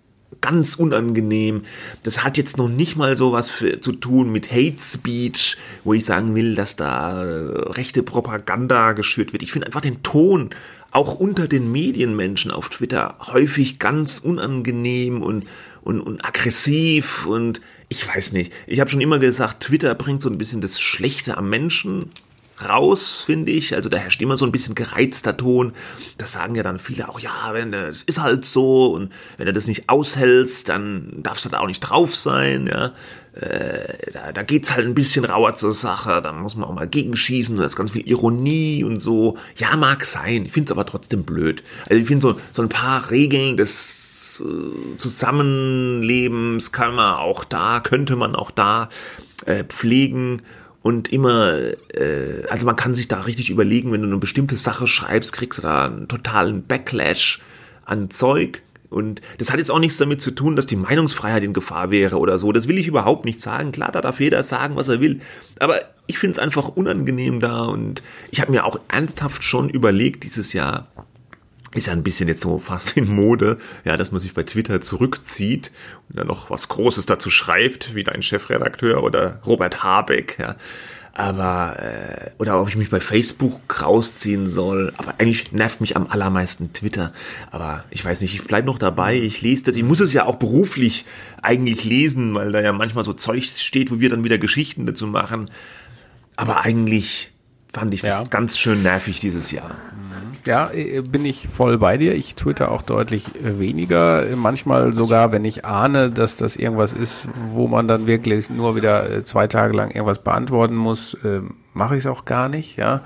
ganz unangenehm. Das hat jetzt noch nicht mal so was zu tun mit Hate Speech, wo ich sagen will, dass da rechte Propaganda geschürt wird. Ich finde einfach den Ton auch unter den Medienmenschen auf Twitter häufig ganz unangenehm und aggressiv und ich weiß nicht. Ich habe schon immer gesagt, Twitter bringt so ein bisschen das Schlechte am Menschen raus, finde ich. Also da herrscht immer so ein bisschen gereizter Ton. Das sagen ja dann viele auch, ja, es ist halt so und wenn du das nicht aushältst, dann darfst du da auch nicht drauf sein, ja. Da geht's halt ein bisschen rauer zur Sache, da muss man auch mal gegenschießen, da ist ganz viel Ironie und so. Ja, mag sein, ich finde es aber trotzdem blöd. Also ich finde so ein paar Regeln des Zusammenlebens könnte man auch da pflegen. Und immer, also man kann sich da richtig überlegen, wenn du eine bestimmte Sache schreibst, kriegst du da einen totalen Backlash an Zeug. Und das hat jetzt auch nichts damit zu tun, dass die Meinungsfreiheit in Gefahr wäre oder so. Das will ich überhaupt nicht sagen. Klar, da darf jeder sagen, was er will. Aber ich finde es einfach unangenehm da. Und ich habe mir auch ernsthaft schon überlegt, dieses Jahr, ist ja ein bisschen jetzt so fast in Mode, ja, dass man sich bei Twitter zurückzieht und dann noch was Großes dazu schreibt, wie dein Chefredakteur oder Robert Habeck, ja. Aber, oder ob ich mich bei Facebook rausziehen soll. Aber eigentlich nervt mich am allermeisten Twitter. Aber ich weiß nicht, ich bleib noch dabei, ich lese das. Ich muss es ja auch beruflich eigentlich lesen, weil da ja manchmal so Zeug steht, wo wir dann wieder Geschichten dazu machen. Aber eigentlich fand ich das ganz schön nervig dieses Jahr. Ja, bin ich voll bei dir. Ich twitter auch deutlich weniger. Manchmal sogar, wenn ich ahne, dass das irgendwas ist, wo man dann wirklich nur wieder 2 Tage lang irgendwas beantworten muss, mache ich es auch gar nicht. Ja,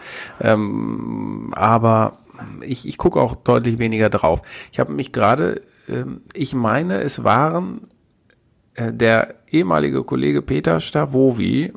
aber ich gucke auch deutlich weniger drauf. Ich habe mich gerade, ich meine, es waren der ehemalige Kollege Peter Stavovi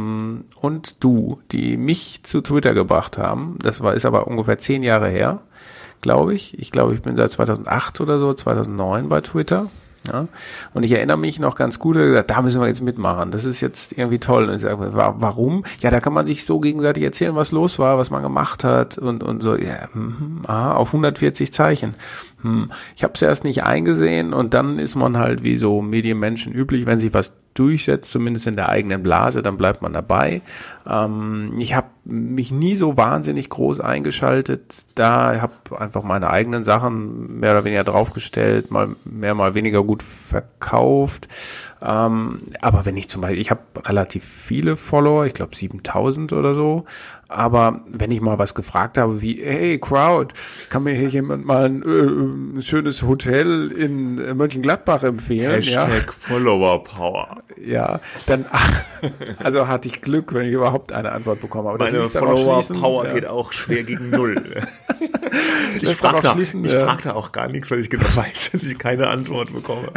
und du, die mich zu Twitter gebracht haben. Ist aber ungefähr 10 Jahre her, glaube ich. Ich glaube, ich bin seit 2008 oder so, 2009 bei Twitter. Ja, und ich erinnere mich noch ganz gut, gesagt, da müssen wir jetzt mitmachen. Das ist jetzt irgendwie toll. Und ich sage, warum? Ja, da kann man sich so gegenseitig erzählen, was los war, was man gemacht hat und so. Ja, auf 140 Zeichen. Ich habe es erst nicht eingesehen und dann ist man halt wie so Medienmenschen üblich, wenn sich was durchsetzt, zumindest in der eigenen Blase, dann bleibt man dabei. Ich habe mich nie so wahnsinnig groß eingeschaltet. Da habe einfach meine eigenen Sachen mehr oder weniger draufgestellt, mal mehr, mal weniger gut verkauft. Aber wenn ich zum Beispiel, ich habe relativ viele Follower, ich glaube 7000 oder so. Aber wenn ich mal was gefragt habe wie, hey Crowd, kann mir hier jemand mal ein schönes Hotel in Mönchengladbach empfehlen? Hashtag Follower Power. Ja, dann, also hatte ich Glück, wenn ich überhaupt eine Antwort bekomme. Aber meine Follower Power geht auch schwer gegen 0. Ich frage da auch gar nichts, weil ich genau weiß, dass ich keine Antwort bekomme.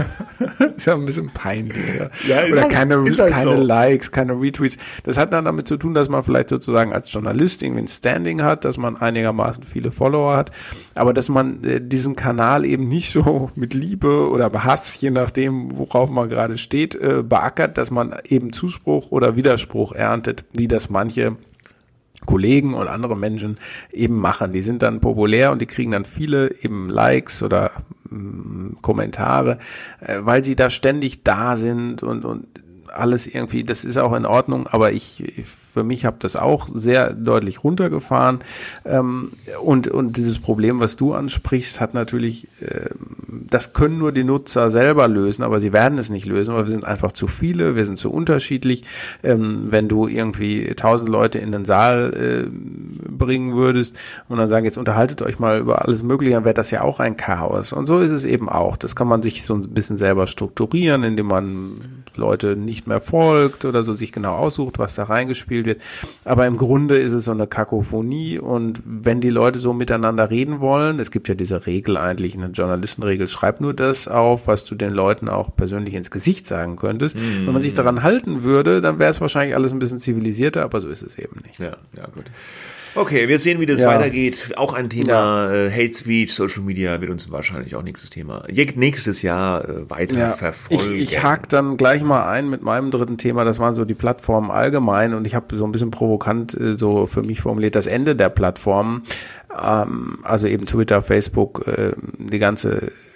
Ist ja ein bisschen peinlich. Ja, oder keine so. Likes, keine Retweets. Das hat dann damit zu tun, dass man vielleicht sozusagen als Journalist irgendwie ein Standing hat, dass man einigermaßen viele Follower hat, aber dass man diesen Kanal eben nicht so mit Liebe oder Hass, je nachdem, worauf man gerade steht, beackert, dass man eben Zuspruch oder Widerspruch erntet, wie das manche Kollegen und andere Menschen eben machen. Die sind dann populär und die kriegen dann viele eben Likes oder Kommentare, weil sie da ständig da sind und alles irgendwie, das ist auch in Ordnung, aber für mich habe das auch sehr deutlich runtergefahren und dieses Problem, was du ansprichst, hat natürlich, das können nur die Nutzer selber lösen, aber sie werden es nicht lösen, weil wir sind einfach zu viele, wir sind zu unterschiedlich. Wenn du irgendwie 1000 Leute in den Saal bringen würdest und dann sagen, jetzt unterhaltet euch mal über alles Mögliche, dann wäre das ja auch ein Chaos. Und so ist es eben auch. Das kann man sich so ein bisschen selber strukturieren, indem man Leute nicht mehr folgt oder so sich genau aussucht, was da reingespielt wird. Aber im Grunde ist es so eine Kakophonie und wenn die Leute so miteinander reden wollen, es gibt ja diese Regel eigentlich, eine Journalistenregel, schreib nur das auf, was du den Leuten auch persönlich ins Gesicht sagen könntest. Wenn man sich daran halten würde, dann wäre es wahrscheinlich alles ein bisschen zivilisierter, aber so ist es eben nicht. Ja, gut. Okay, wir sehen, wie das weitergeht. Auch ein Thema Hate Speech, Social Media wird uns wahrscheinlich auch nächstes Jahr weiter verfolgen. Ich hake dann gleich mal ein mit meinem dritten Thema. Das waren so die Plattformen allgemein und ich habe so ein bisschen provokant so für mich formuliert das Ende der Plattformen. Also eben Twitter, Facebook, die ganze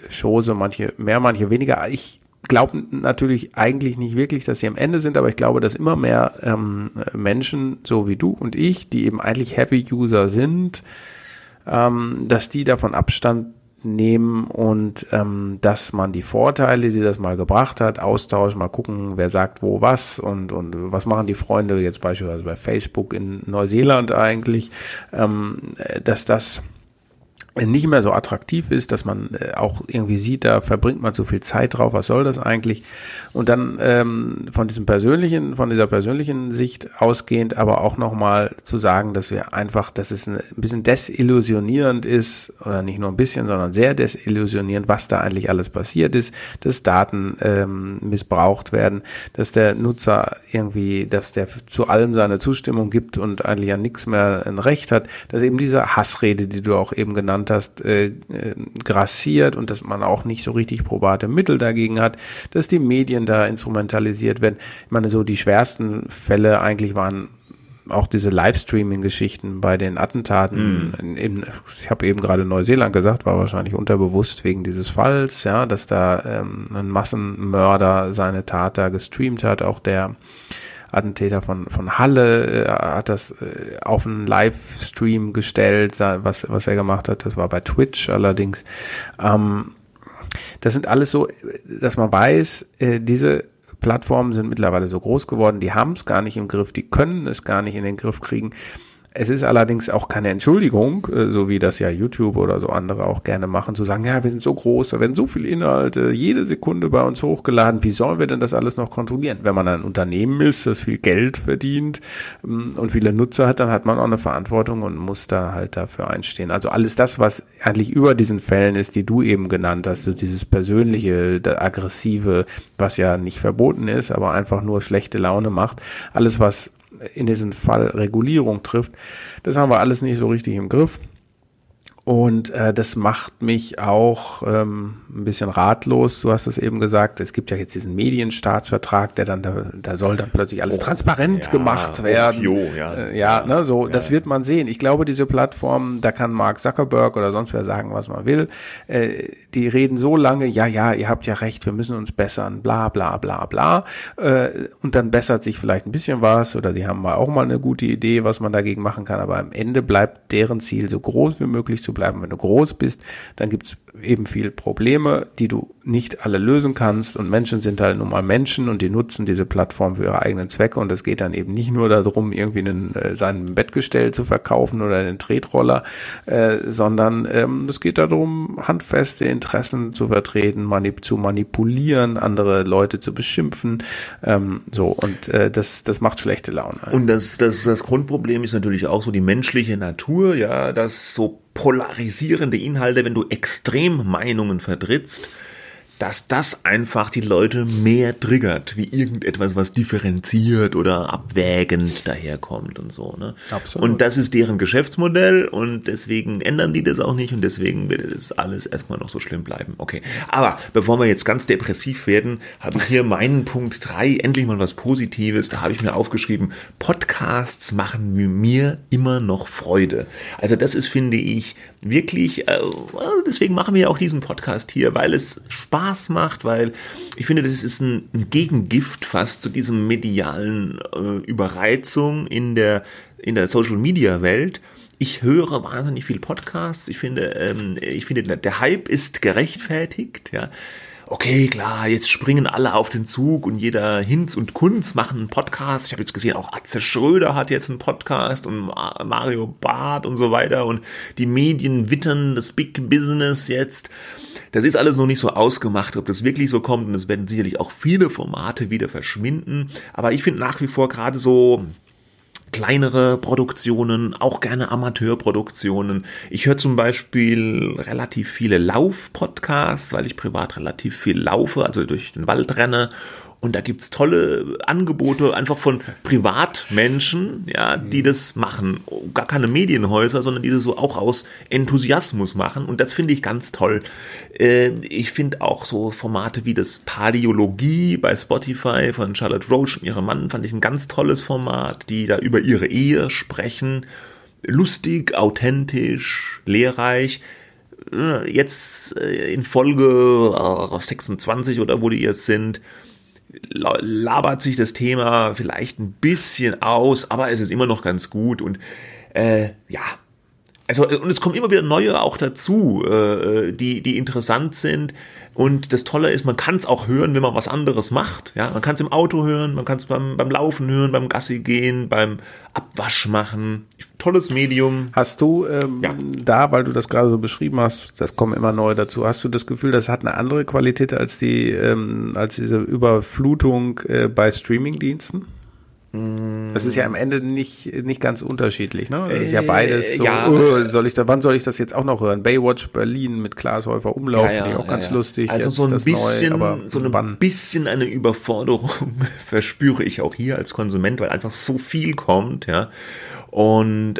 Chose, manche mehr, manche weniger. Ich glaube natürlich eigentlich nicht wirklich, dass sie am Ende sind, aber ich glaube, dass immer mehr Menschen, so wie du und ich, die eben eigentlich Heavy-User sind, dass die davon Abstand nehmen und dass man die Vorteile, die das mal gebracht hat, austauschen, mal gucken, wer sagt wo was und was machen die Freunde jetzt beispielsweise bei Facebook in Neuseeland eigentlich, dass das nicht mehr so attraktiv ist, dass man auch irgendwie sieht, da verbringt man so viel Zeit drauf, was soll das eigentlich? Und dann von dieser persönlichen Sicht ausgehend, aber auch nochmal zu sagen, dass es ein bisschen desillusionierend ist, oder nicht nur ein bisschen, sondern sehr desillusionierend, was da eigentlich alles passiert ist, dass Daten missbraucht werden, dass der Nutzer dass der zu allem seine Zustimmung gibt und eigentlich an nichts mehr ein Recht hat, dass eben diese Hassrede, die du auch eben genannt hast, grassiert und dass man auch nicht so richtig probate Mittel dagegen hat, dass die Medien da instrumentalisiert werden. Ich meine, so die schwersten Fälle eigentlich waren auch diese Livestreaming-Geschichten bei den Attentaten. Ich habe eben gerade Neuseeland gesagt, war wahrscheinlich unterbewusst wegen dieses Falls, ja, dass da ein Massenmörder seine Tat da gestreamt hat. Auch der Attentäter von Halle hat das auf einen Livestream gestellt, was er gemacht hat. Das war bei Twitch allerdings. Das sind alles so, dass man weiß, diese Plattformen sind mittlerweile so groß geworden, die haben es gar nicht im Griff, die können es gar nicht in den Griff kriegen. Es ist allerdings auch keine Entschuldigung, so wie das ja YouTube oder so andere auch gerne machen, zu sagen, ja, wir sind so groß, da werden so viele Inhalte jede Sekunde bei uns hochgeladen, wie sollen wir denn das alles noch kontrollieren? Wenn man ein Unternehmen ist, das viel Geld verdient und viele Nutzer hat, dann hat man auch eine Verantwortung und muss da halt dafür einstehen. Also alles das, was eigentlich über diesen Fällen ist, die du eben genannt hast, so dieses persönliche, aggressive, was ja nicht verboten ist, aber einfach nur schlechte Laune macht, alles, was in diesem Fall Regulierung trifft. Das haben wir alles nicht so richtig im Griff. Und das macht mich auch ein bisschen ratlos. Du hast es eben gesagt, es gibt ja jetzt diesen Medienstaatsvertrag, der dann, da soll dann plötzlich alles transparent gemacht werden. Das wird man sehen. Ich glaube, diese Plattformen, da kann Mark Zuckerberg oder sonst wer sagen, was man will. Die reden so lange, ja, ihr habt ja recht, wir müssen uns bessern, bla bla bla bla. Und dann bessert sich vielleicht ein bisschen was oder die haben auch mal eine gute Idee, was man dagegen machen kann. Aber am Ende bleibt deren Ziel, so groß wie möglich zu bleiben. Wenn du groß bist, dann gibt es eben viele Probleme, die du nicht alle lösen kannst und Menschen sind halt nun mal Menschen und die nutzen diese Plattform für ihre eigenen Zwecke und es geht dann eben nicht nur darum, irgendwie sein Bettgestell zu verkaufen oder einen Tretroller, sondern es geht darum, handfeste Interessen zu vertreten, zu manipulieren, andere Leute zu beschimpfen, das macht schlechte Laune. Und das Grundproblem ist natürlich auch so die menschliche Natur, ja, dass so polarisierende Inhalte, wenn du Extremmeinungen vertrittst, dass das einfach die Leute mehr triggert, wie irgendetwas, was differenziert oder abwägend daherkommt und so, ne? Absolut. Und das ist deren Geschäftsmodell und deswegen ändern die das auch nicht und deswegen wird es alles erstmal noch so schlimm bleiben. Okay. Aber bevor wir jetzt ganz depressiv werden, habe ich hier meinen Punkt 3, endlich mal was Positives, da habe ich mir aufgeschrieben, Podcasts machen mir immer noch Freude. Also das ist, finde ich, wirklich, deswegen machen wir ja auch diesen Podcast hier, weil es Spaß macht, weil ich finde, das ist ein Gegengift fast zu diesem medialen Überreizung in der Social-Media-Welt. Ich höre wahnsinnig viel Podcasts. Ich finde, der Hype ist gerechtfertigt, ja. Okay, klar, jetzt springen alle auf den Zug und jeder Hinz und Kunz machen einen Podcast. Ich habe jetzt gesehen, auch Atze Schröder hat jetzt einen Podcast und Mario Barth und so weiter und die Medien wittern das Big Business jetzt. Das ist alles noch nicht so ausgemacht, ob das wirklich so kommt und es werden sicherlich auch viele Formate wieder verschwinden. Aber ich finde nach wie vor gerade so kleinere Produktionen, auch gerne Amateurproduktionen. Ich höre zum Beispiel relativ viele Lauf-Podcasts, weil ich privat relativ viel laufe, also durch den Wald renne. Und da gibt's tolle Angebote einfach von Privatmenschen, ja, die das machen. Gar keine Medienhäuser, sondern die das so auch aus Enthusiasmus machen. Und das finde ich ganz toll. Ich finde auch so Formate wie das Pardiologie bei Spotify von Charlotte Roach und ihrem Mann fand ich ein ganz tolles Format, die da über ihre Ehe sprechen. Lustig, authentisch, lehrreich. jetzt in Folge 26 oder wo die jetzt sind, labert sich das Thema vielleicht ein bisschen aus, aber es ist immer noch ganz gut und also und es kommen immer wieder neue auch dazu, die interessant sind. Und das Tolle ist, man kann es auch hören, wenn man was anderes macht. Ja, man kann es im Auto hören, man kann es beim Laufen hören, beim Gassi gehen, beim Abwasch machen. Tolles Medium. Hast du da, weil du das gerade so beschrieben hast, das kommen immer neue dazu, hast du das Gefühl, das hat eine andere Qualität als diese Überflutung bei Streamingdiensten? Das ist ja am Ende nicht ganz unterschiedlich, ne? Das ist ja beides so, wann soll ich das jetzt auch noch hören? Baywatch Berlin mit Klaas Häufer Umlauf, finde ich auch ganz lustig. Also jetzt so ein bisschen, ein bisschen eine Überforderung verspüre ich auch hier als Konsument, weil einfach so viel kommt, ja. Und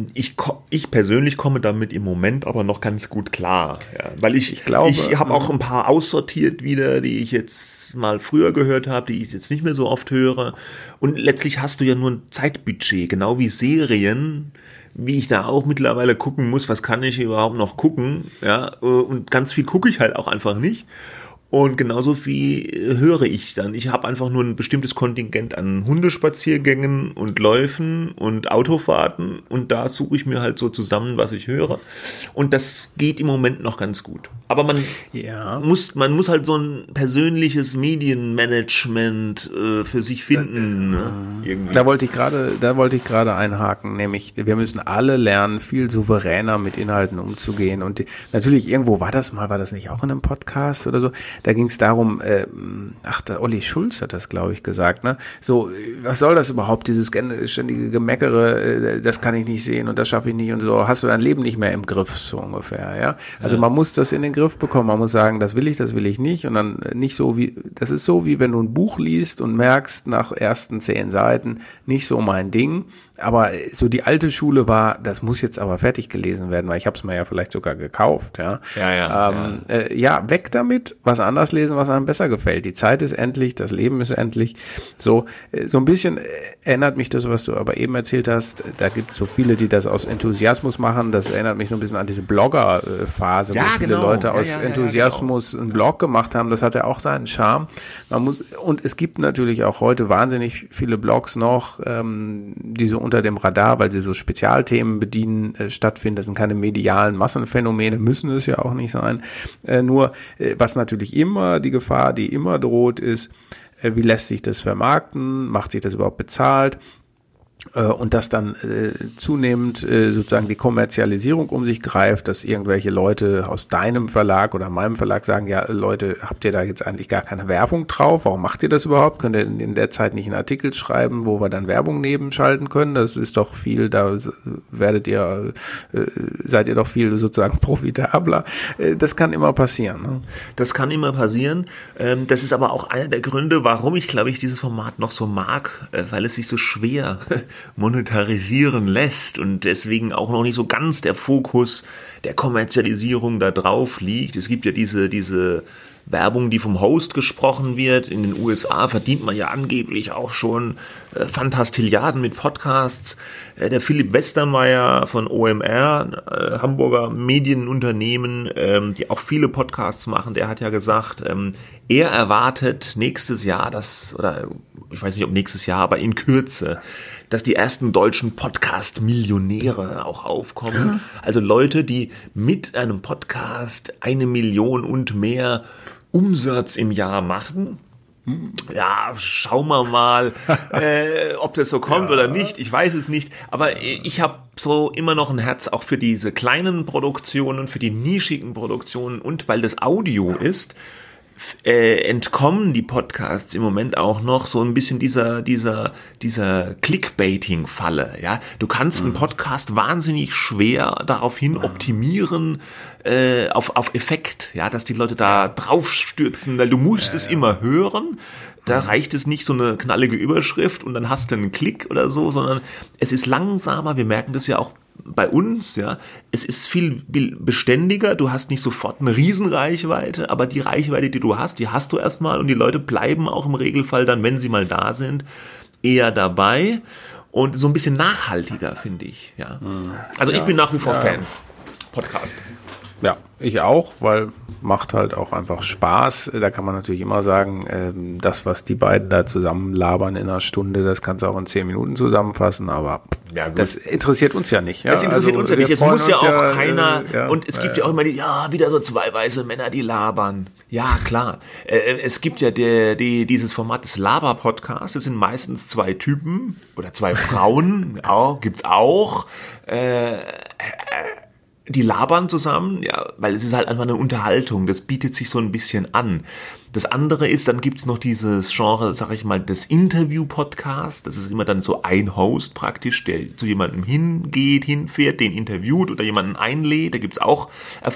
ich persönlich komme damit im Moment aber noch ganz gut klar, ja, weil ich habe auch ein paar aussortiert wieder, die ich jetzt mal früher gehört habe, die ich jetzt nicht mehr so oft höre. Und letztlich hast du ja nur ein Zeitbudget, genau wie Serien, wie ich da auch mittlerweile gucken muss, was kann ich überhaupt noch gucken, ja, und ganz viel gucke ich halt auch einfach nicht. Und genauso viel höre ich dann. Ich habe einfach nur ein bestimmtes Kontingent an Hundespaziergängen und Läufen und Autofahrten und da suche ich mir halt so zusammen, was ich höre. Und das geht im Moment noch ganz gut. Aber man muss halt so ein persönliches Medienmanagement für sich finden. Ne? Irgendwie. Da wollte ich gerade einhaken, nämlich wir müssen alle lernen, viel souveräner mit Inhalten umzugehen. Und natürlich irgendwo war das nicht auch in einem Podcast oder so? Da ging es darum, der Olli Schulz hat das, glaube ich, gesagt, ne? So, was soll das überhaupt, dieses ständige Gemeckere, das kann ich nicht sehen und das schaffe ich nicht und so, hast du dein Leben nicht mehr im Griff, so ungefähr, ja? Also man muss das in den Griff bekommen, man muss sagen, das will ich nicht und dann nicht so das ist so, wie wenn du ein Buch liest und merkst nach ersten 10 Seiten, nicht so mein Ding, aber so die alte Schule war, das muss jetzt aber fertig gelesen werden, weil ich habe es mir ja vielleicht sogar gekauft, ja? Weg damit, was anders lesen, was einem besser gefällt. Die Zeit ist endlich, das Leben ist endlich. So ein bisschen erinnert mich das, was du aber eben erzählt hast. Da gibt es so viele, die das aus Enthusiasmus machen. Das erinnert mich so ein bisschen an diese Blogger-Phase, wo viele Leute aus Enthusiasmus einen Blog gemacht haben. Das hat ja auch seinen Charme. Und es gibt natürlich auch heute wahnsinnig viele Blogs noch, die so unter dem Radar, weil sie so Spezialthemen bedienen, stattfinden. Das sind keine medialen Massenphänomene, müssen es ja auch nicht sein. Nur, was natürlich immer die Gefahr, die immer droht, ist, wie lässt sich das vermarkten, macht sich das überhaupt bezahlt? Und dass dann zunehmend sozusagen die Kommerzialisierung um sich greift, dass irgendwelche Leute aus deinem Verlag oder meinem Verlag sagen, ja Leute, habt ihr da jetzt eigentlich gar keine Werbung drauf? Warum macht ihr das überhaupt? Könnt ihr in der Zeit nicht einen Artikel schreiben, wo wir dann Werbung nebenschalten können? Das ist doch viel, da seid ihr doch viel sozusagen profitabler. Das kann immer passieren. Ne? Das kann immer passieren. Das ist aber auch einer der Gründe, warum ich, glaube ich, dieses Format noch so mag, weil es sich so schwer monetarisieren lässt und deswegen auch noch nicht so ganz der Fokus der Kommerzialisierung da drauf liegt. Es gibt ja diese Werbung, die vom Host gesprochen wird. In den USA verdient man ja angeblich auch schon Fantastilliarden mit Podcasts. Der Philipp Westermeier von OMR, Hamburger Medienunternehmen, die auch viele Podcasts machen, der hat ja gesagt, er erwartet nächstes Jahr, ich weiß nicht, ob nächstes Jahr, aber in Kürze, dass die ersten deutschen Podcast-Millionäre auch aufkommen. Ja. Also Leute, die mit einem Podcast 1 Million und mehr Umsatz im Jahr machen. Ja, schauen wir mal, ob das so kommt oder nicht. Ich weiß es nicht. Aber ich habe so immer noch ein Herz auch für diese kleinen Produktionen, für die nischigen Produktionen und weil das Audio ist, entkommen die Podcasts im Moment auch noch so ein bisschen dieser Clickbaiting-Falle, ja. Du kannst einen Podcast wahnsinnig schwer daraufhin optimieren, auf Effekt, ja, dass die Leute da draufstürzen, weil du musst es immer hören. Da reicht es nicht so eine knallige Überschrift und dann hast du einen Klick oder so, sondern es ist langsamer. Wir merken das ja auch bei uns, ja. Es ist viel beständiger. Du hast nicht sofort eine Riesenreichweite, aber die Reichweite, die du hast du erstmal und die Leute bleiben auch im Regelfall dann, wenn sie mal da sind, eher dabei und so ein bisschen nachhaltiger, finde ich, ja. Also ich bin nach wie vor Fan. Podcast. Ja, ich auch, weil macht halt auch einfach Spaß. Da kann man natürlich immer sagen, das, was die beiden da zusammen labern in einer Stunde, das kannst du auch in 10 Minuten zusammenfassen, aber Ja, gut. das interessiert uns ja nicht. Ja? Das interessiert uns ja nicht. wir Es muss freuen ja uns auch keiner, und es gibt ja auch immer wieder so 2 weiße Männer, die labern. Ja, klar. Es gibt ja dieses Format des Laber-Podcasts. Das sind meistens 2 Typen oder 2 Frauen. Gibt's auch. Die labern zusammen, ja, weil es ist halt einfach eine Unterhaltung, das bietet sich so ein bisschen an. Das andere ist, dann gibt's noch dieses Genre, sag ich mal, des Interview-Podcasts. Das ist immer dann so ein Host praktisch, der zu jemandem hinfährt, den interviewt oder jemanden einlädt. Da gibt's auch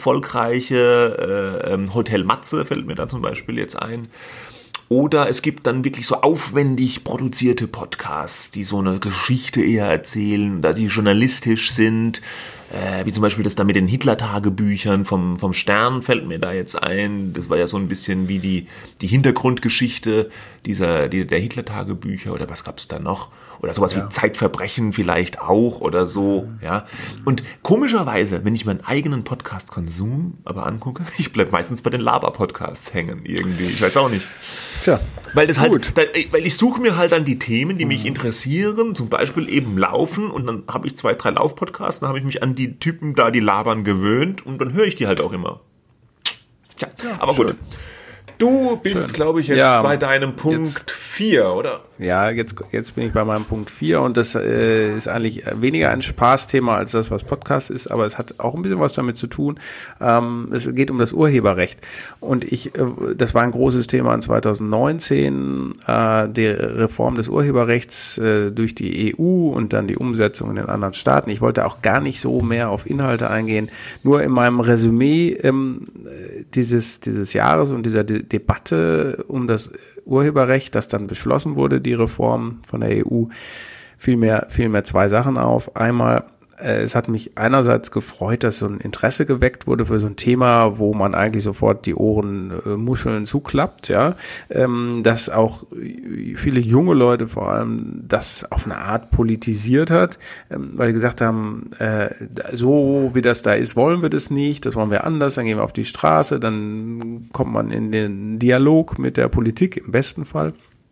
erfolgreiche, Hotel Matze fällt mir da zum Beispiel jetzt ein. Oder es gibt dann wirklich so aufwendig produzierte Podcasts, die so eine Geschichte eher erzählen, da die journalistisch sind, wie zum Beispiel das da mit den Hitler-Tagebüchern vom Stern fällt mir da jetzt ein. Das war ja so ein bisschen wie die Hintergrundgeschichte der Hitler-Tagebücher oder was gab's da noch? Oder sowas wie Zeitverbrechen vielleicht auch oder so, ja. Und komischerweise, wenn ich meinen eigenen Podcast-Konsum aber angucke, ich bleib meistens bei den Laber-Podcasts hängen irgendwie. Ich weiß auch nicht. Tja, weil ich suche mir halt dann die Themen, die mich interessieren, zum Beispiel eben Laufen und dann habe ich 2, 3 Lauf-Podcasts, dann habe ich mich an die Typen da, die labern, gewöhnt und dann höre ich die halt auch immer. Tja, aber schön. gut. Du bist, glaube ich, jetzt bei deinem Punkt 4, oder? Ja, jetzt bin ich bei meinem Punkt 4 und das ist eigentlich weniger ein Spaßthema als das, was Podcast ist, aber es hat auch ein bisschen was damit zu tun. Es geht um das Urheberrecht und das war ein großes Thema in 2019, die Reform des Urheberrechts durch die EU und dann die Umsetzung in den anderen Staaten. Ich wollte auch gar nicht so mehr auf Inhalte eingehen, nur in meinem Resümee dieses Jahres und dieser Debatte um das Urheberrecht, das dann beschlossen wurde, die Reform von der EU, fiel mir 2 Sachen auf. Einmal, es hat mich einerseits gefreut, dass so ein Interesse geweckt wurde für so ein Thema, wo man eigentlich sofort die Ohrenmuscheln zuklappt, ja, dass auch viele junge Leute vor allem das auf eine Art politisiert hat, weil die gesagt haben, so wie das da ist, wollen wir das nicht, das wollen wir anders, dann gehen wir auf die Straße, dann kommt man in den Dialog mit der Politik im besten Fall.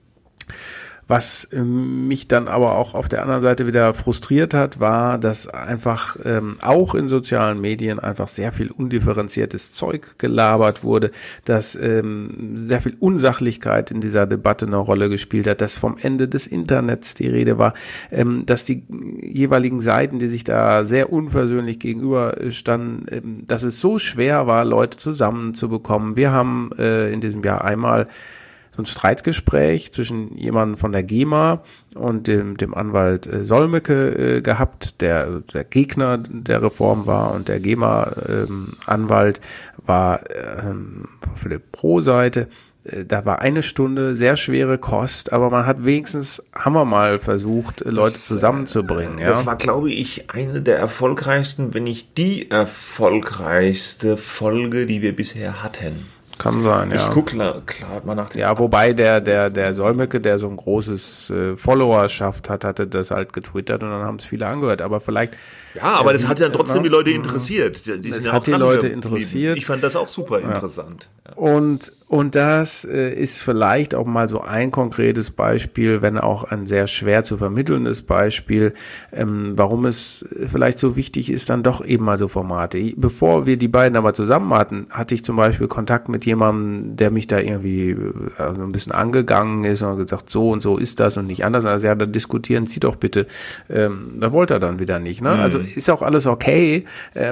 Was mich dann aber auch auf der anderen Seite wieder frustriert hat, war, dass einfach auch in sozialen Medien einfach sehr viel undifferenziertes Zeug gelabert wurde, dass sehr viel Unsachlichkeit in dieser Debatte eine Rolle gespielt hat, dass vom Ende des Internets die Rede war, dass die jeweiligen Seiten, die sich da sehr unversöhnlich gegenüberstanden, dass es so schwer war, Leute zusammenzubekommen. Wir haben in diesem Jahr einmal so ein Streitgespräch zwischen jemandem von der GEMA und dem Anwalt Solmecke gehabt, der Gegner der Reform war, und der GEMA-Anwalt war für die Pro-Seite. Da war 1 Stunde sehr schwere Kost, aber man hat wenigstens, haben wir mal versucht, Leute zusammenzubringen. Ja? Das war, glaube ich, eine der erfolgreichsten, wenn nicht die erfolgreichste Folge, die wir bisher hatten. Kann sein, ja. Ich gucke klar mal nach dem. Ja, wobei der Solmecke, der so ein großes Followerschaft hatte das halt getwittert und dann haben es viele angehört. Aber vielleicht. Ja, aber das hat ja trotzdem die Leute interessiert. Das hat die Leute interessiert. Ich fand das auch super interessant. Ja. Und das ist vielleicht auch mal so ein konkretes Beispiel, wenn auch ein sehr schwer zu vermittelndes Beispiel, warum es vielleicht so wichtig ist, dann doch eben mal so Formate. Bevor wir die beiden aber zusammen hatten, hatte ich zum Beispiel Kontakt mit jemandem, der mich da irgendwie so ein bisschen angegangen ist und gesagt, so und so ist das und nicht anders. Also ja, dann diskutieren Sie doch bitte. Da wollte er dann wieder nicht. Ne? Also ist auch alles okay.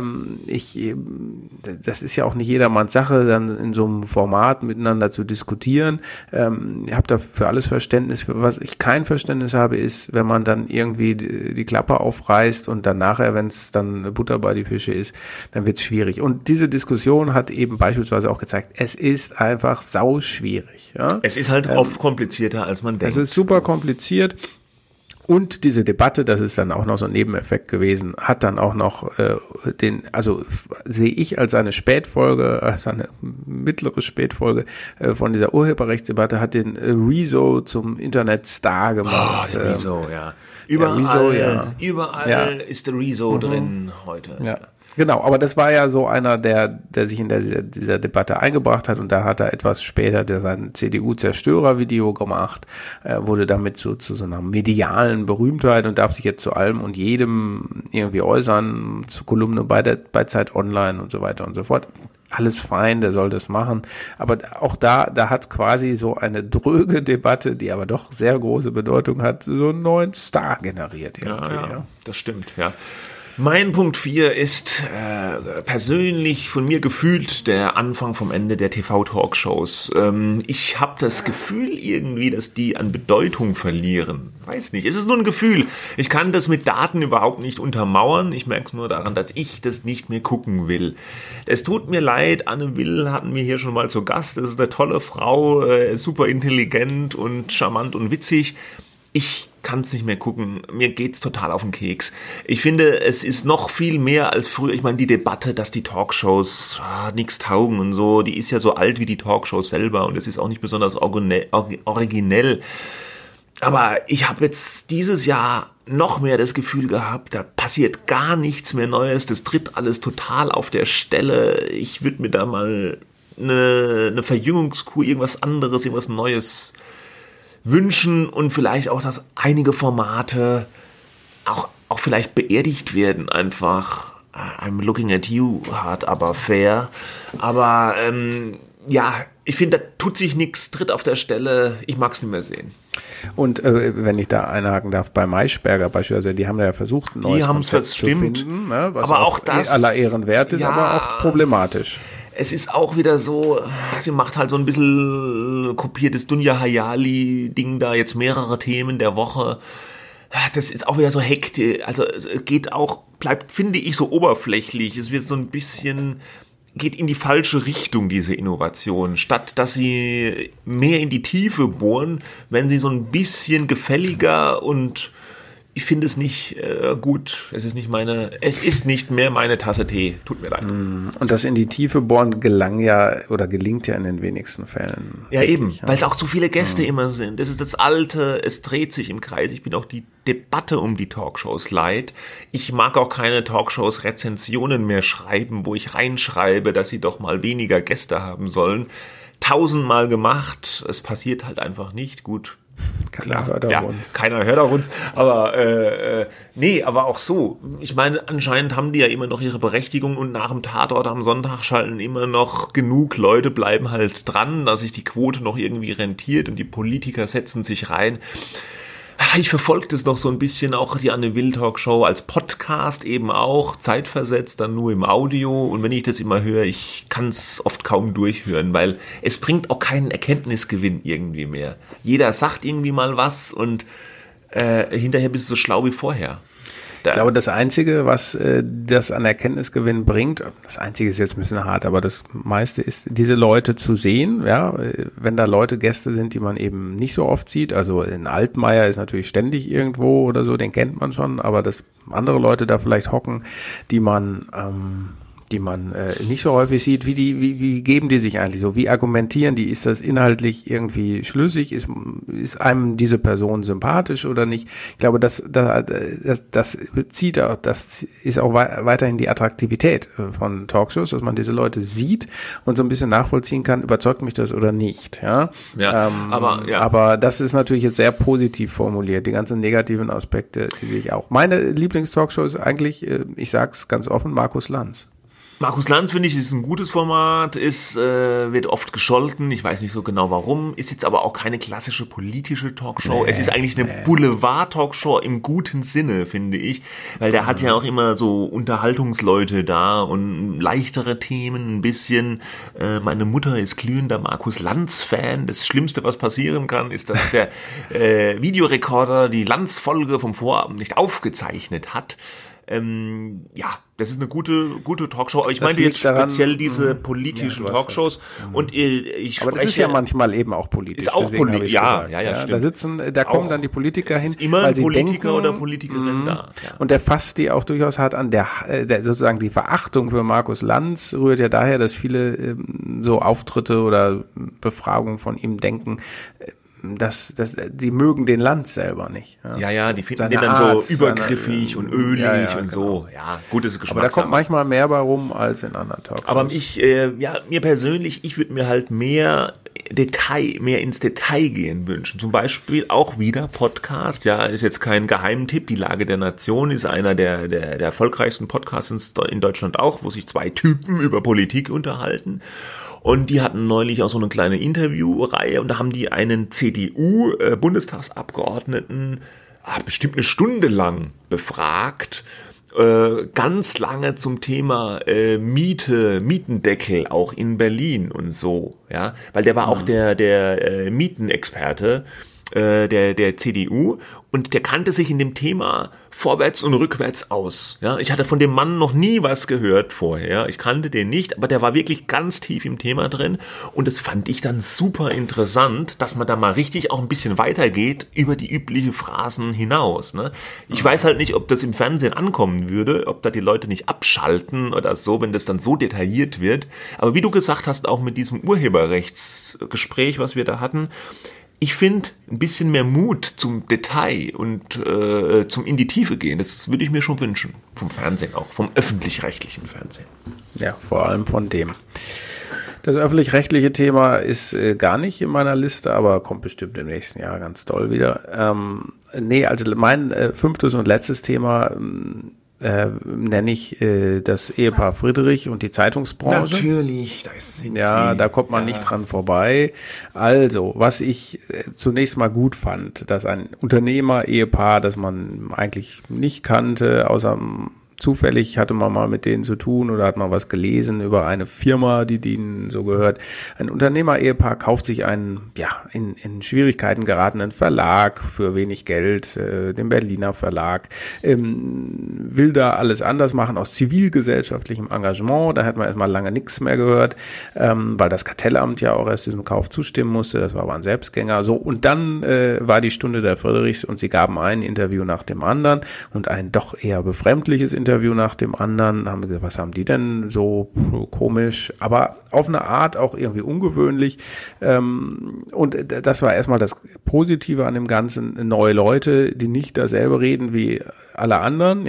Das ist ja auch nicht jedermanns Sache, dann in so einem Format miteinander zu diskutieren. Ich habe da für alles Verständnis. Für was ich kein Verständnis habe, ist, wenn man dann irgendwie die Klappe aufreißt und dann nachher, wenn es dann Butter bei die Fische ist, dann wird es schwierig. Und diese Diskussion hat eben beispielsweise auch gezeigt, es ist einfach sau schwierig. Ja? Es ist halt oft komplizierter, als man denkt. Es ist super kompliziert. Und diese Debatte, das ist dann auch noch so ein Nebeneffekt gewesen, hat dann auch noch sehe ich als eine Spätfolge, als eine mittlere Spätfolge von dieser Urheberrechtsdebatte, hat den Rezo zum Internetstar gemacht. Oh, der Rezo, ja. Überall ist der Rezo drin heute. Ja. Genau, aber das war ja so einer, der sich in dieser Debatte eingebracht hat, und da hat er etwas später sein CDU-Zerstörer-Video gemacht, wurde damit zu so einer medialen Berühmtheit und darf sich jetzt zu allem und jedem irgendwie äußern, zur Kolumne bei Zeit Online und so weiter und so fort. Alles fein, der soll das machen. Aber auch da hat quasi so eine dröge Debatte, die aber doch sehr große Bedeutung hat, so einen neuen Star generiert. Ja, das stimmt, ja. Mein Punkt 4 ist persönlich von mir gefühlt der Anfang vom Ende der TV-Talkshows. Ich habe das Gefühl irgendwie, dass die an Bedeutung verlieren. Weiß nicht, es ist nur ein Gefühl. Ich kann das mit Daten überhaupt nicht untermauern. Ich merke es nur daran, dass ich das nicht mehr gucken will. Es tut mir leid, Anne Will hatten wir hier schon mal zu Gast. Das ist eine tolle Frau, super intelligent und charmant und witzig. Ich kann es nicht mehr gucken. Mir geht's total auf den Keks. Ich finde, es ist noch viel mehr als früher. Ich meine, die Debatte, dass die Talkshows nichts taugen und so, die ist ja so alt wie die Talkshows selber und es ist auch nicht besonders originell. Aber ich habe jetzt dieses Jahr noch mehr das Gefühl gehabt, da passiert gar nichts mehr Neues. Das tritt alles total auf der Stelle. Ich würde mir da mal eine Verjüngungskur, irgendwas anderes, irgendwas Neues wünschen und vielleicht auch, dass einige Formate auch vielleicht beerdigt werden, einfach. I'm looking at you, hard aber fair. Aber ich finde, da tut sich nichts, tritt auf der Stelle, ich mag es nicht mehr sehen. Und wenn ich da einhaken darf, bei Maischberger beispielsweise, die haben ja versucht, ein neues Konzept zu finden, ne, was aber auch das aller Ehren wert ist, aber auch problematisch. Es ist auch wieder so, sie macht halt so ein bisschen kopiertes Dunja Hayali-Ding da, jetzt mehrere Themen der Woche. Das ist auch wieder so hektisch, also bleibt, finde ich, so oberflächlich. Es wird so ein bisschen, geht in die falsche Richtung, diese Innovation. Statt dass sie mehr in die Tiefe bohren, wenn sie so ein bisschen gefälliger und ich finde es nicht gut. Es ist nicht mehr meine Tasse Tee. Tut mir leid. Und das in die Tiefe bohren gelingt ja in den wenigsten Fällen. Ja, eben, weil es auch zu viele Gäste immer sind. Das ist das Alte, es dreht sich im Kreis. Ich bin auch die Debatte um die Talkshows leid. Ich mag auch keine Talkshows-Rezensionen mehr schreiben, wo ich reinschreibe, dass sie doch mal weniger Gäste haben sollen. 1000-mal gemacht. Es passiert halt einfach nicht. Gut. Keiner hört auf uns. Keiner hört auf uns, aber aber auch so. Ich meine, anscheinend haben die ja immer noch ihre Berechtigung und nach dem Tatort am Sonntag schalten immer noch genug Leute, bleiben halt dran, dass sich die Quote noch irgendwie rentiert und die Politiker setzen sich rein. Ich verfolge das noch so ein bisschen, auch die Anne Will Talkshow als Podcast eben auch, zeitversetzt, dann nur im Audio. Und wenn ich das immer höre, ich kann es oft kaum durchhören, weil es bringt auch keinen Erkenntnisgewinn irgendwie mehr. Jeder sagt irgendwie mal was und hinterher bist du so schlau wie vorher. Ich glaube, das Einzige, was das an Erkenntnisgewinn bringt, das Einzige ist jetzt ein bisschen hart, aber das meiste ist, diese Leute zu sehen, ja, wenn da Gäste sind, die man eben nicht so oft sieht, also ein Altmaier ist natürlich ständig irgendwo oder so, den kennt man schon, aber dass andere Leute da vielleicht hocken, die man nicht so häufig sieht, wie geben die sich eigentlich so, wie argumentieren die, ist das inhaltlich irgendwie schlüssig, ist einem diese Person sympathisch oder nicht? Ich glaube, das ist auch weiterhin die Attraktivität von Talkshows, dass man diese Leute sieht und so ein bisschen nachvollziehen kann, überzeugt mich das oder nicht, ja? Aber das ist natürlich jetzt sehr positiv formuliert, die ganzen negativen Aspekte, die sehe ich auch. Meine Lieblingstalkshow ist eigentlich, ich sag's ganz offen, Markus Lanz. Markus Lanz, finde ich, ist ein gutes Format, wird oft gescholten, ich weiß nicht so genau warum, ist jetzt aber auch keine klassische politische Talkshow, es ist eigentlich eine Boulevard-Talkshow im guten Sinne, finde ich, weil der hat ja auch immer so Unterhaltungsleute da und leichtere Themen, ein bisschen, meine Mutter ist glühender Markus Lanz-Fan, das Schlimmste, was passieren kann, ist, dass der Videorekorder die Lanz-Folge vom Vorabend nicht aufgezeichnet hat. Das ist eine gute Talkshow, aber ich meine jetzt speziell diese politischen Talkshows und aber das ist ja manchmal eben auch politisch. Ist auch politisch, ja, stimmt. Da kommen dann die Politiker hin, ist immer weil ein Politiker denken, oder Politikerin da. Ja. Und der fasst die auch durchaus hart an. Der sozusagen die Verachtung für Markus Lanz rührt ja daher, dass viele so Auftritte oder Befragungen von ihm denken, die mögen den Lanz selber nicht. Ja, die finden den dann so übergriffig und ölig und so. Ja, gut, das ist Geschmackssache. Aber da kommt manchmal mehr bei rum als in anderen Talkshows. Aber mir persönlich, ich würde mir halt mehr ins Detail gehen wünschen. Zum Beispiel auch wieder Podcast, ist jetzt kein Geheimtipp. Die Lage der Nation ist einer der erfolgreichsten Podcasts in Deutschland auch, wo sich zwei Typen über Politik unterhalten. Und die hatten neulich auch so eine kleine Interviewreihe und da haben die einen CDU-Bundestagsabgeordneten bestimmt eine Stunde lang befragt, ganz lange zum Thema Mietendeckel auch in Berlin und so, ja, weil der war auch der Mietenexperte der CDU und der kannte sich in dem Thema vorwärts und rückwärts aus. Ja, ich hatte von dem Mann noch nie was gehört vorher. Ich kannte den nicht, aber der war wirklich ganz tief im Thema drin und das fand ich dann super interessant, dass man da mal richtig auch ein bisschen weitergeht über die üblichen Phrasen hinaus. Ne? Ich weiß halt nicht, ob das im Fernsehen ankommen würde, ob da die Leute nicht abschalten oder so, wenn das dann so detailliert wird. Aber wie du gesagt hast, auch mit diesem Urheberrechtsgespräch, was wir da hatten, ich finde, ein bisschen mehr Mut zum Detail und zum in die Tiefe gehen, das würde ich mir schon wünschen. Vom Fernsehen auch, vom öffentlich-rechtlichen Fernsehen. Ja, vor allem von dem. Das öffentlich-rechtliche Thema ist gar nicht in meiner Liste, aber kommt bestimmt im nächsten Jahr ganz toll wieder. Also mein 5. und letztes Thema nenne ich das Ehepaar Friedrich und die Zeitungsbranche. Natürlich, da sind sie. Da kommt man nicht dran vorbei. Also, was ich zunächst mal gut fand, dass ein Unternehmer-Ehepaar, das man eigentlich nicht kannte, außer zufällig hatte man mal mit denen zu tun oder hat mal was gelesen über eine Firma, die denen so gehört. Ein Unternehmer-Ehepaar kauft sich einen, in Schwierigkeiten geratenen Verlag für wenig Geld, den Berliner Verlag, will da alles anders machen aus zivilgesellschaftlichem Engagement. Da hat man erstmal lange nichts mehr gehört, weil das Kartellamt ja auch erst diesem Kauf zustimmen musste. Das war aber ein Selbstgänger. So, und dann war die Stunde der Friedrichs und sie gaben ein Interview nach dem anderen und ein doch eher befremdliches Interview nach dem anderen, haben wir gesagt, was haben die denn so komisch, aber auf eine Art auch irgendwie ungewöhnlich. Und das war erstmal das Positive an dem Ganzen, neue Leute, die nicht dasselbe reden wie alle anderen,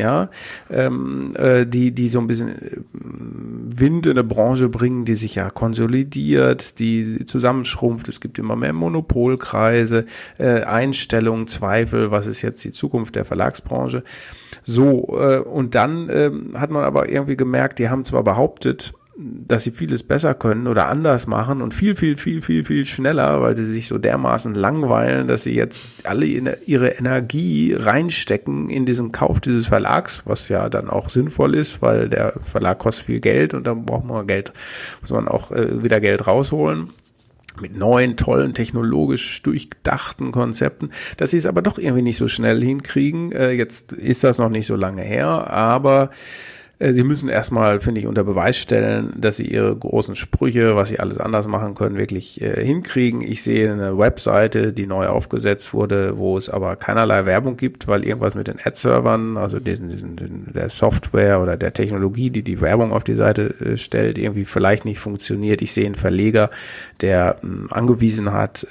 die so ein bisschen Wind in eine Branche bringen, die sich ja konsolidiert, die zusammenschrumpft, es gibt immer mehr Monopolkreise, Einstellungen, Zweifel, was ist jetzt die Zukunft der Verlagsbranche? So, und dann hat man aber irgendwie gemerkt, die haben zwar behauptet, dass sie vieles besser können oder anders machen und viel schneller, weil sie sich so dermaßen langweilen, dass sie jetzt alle ihre Energie reinstecken in diesen Kauf dieses Verlags, was ja dann auch sinnvoll ist, weil der Verlag kostet viel Geld und dann braucht man Geld, muss man auch wieder Geld rausholen. Mit neuen, tollen, technologisch durchdachten Konzepten, dass sie es aber doch irgendwie nicht so schnell hinkriegen. Jetzt ist das noch nicht so lange her, aber sie müssen erstmal, finde ich, unter Beweis stellen, dass sie ihre großen Sprüche, was sie alles anders machen können, wirklich hinkriegen. Ich sehe eine Webseite, die neu aufgesetzt wurde, wo es aber keinerlei Werbung gibt, weil irgendwas mit den Ad-Servern, also der Software oder der Technologie, die die Werbung auf die Seite stellt, irgendwie vielleicht nicht funktioniert. Ich sehe einen Verleger, der angewiesen hat,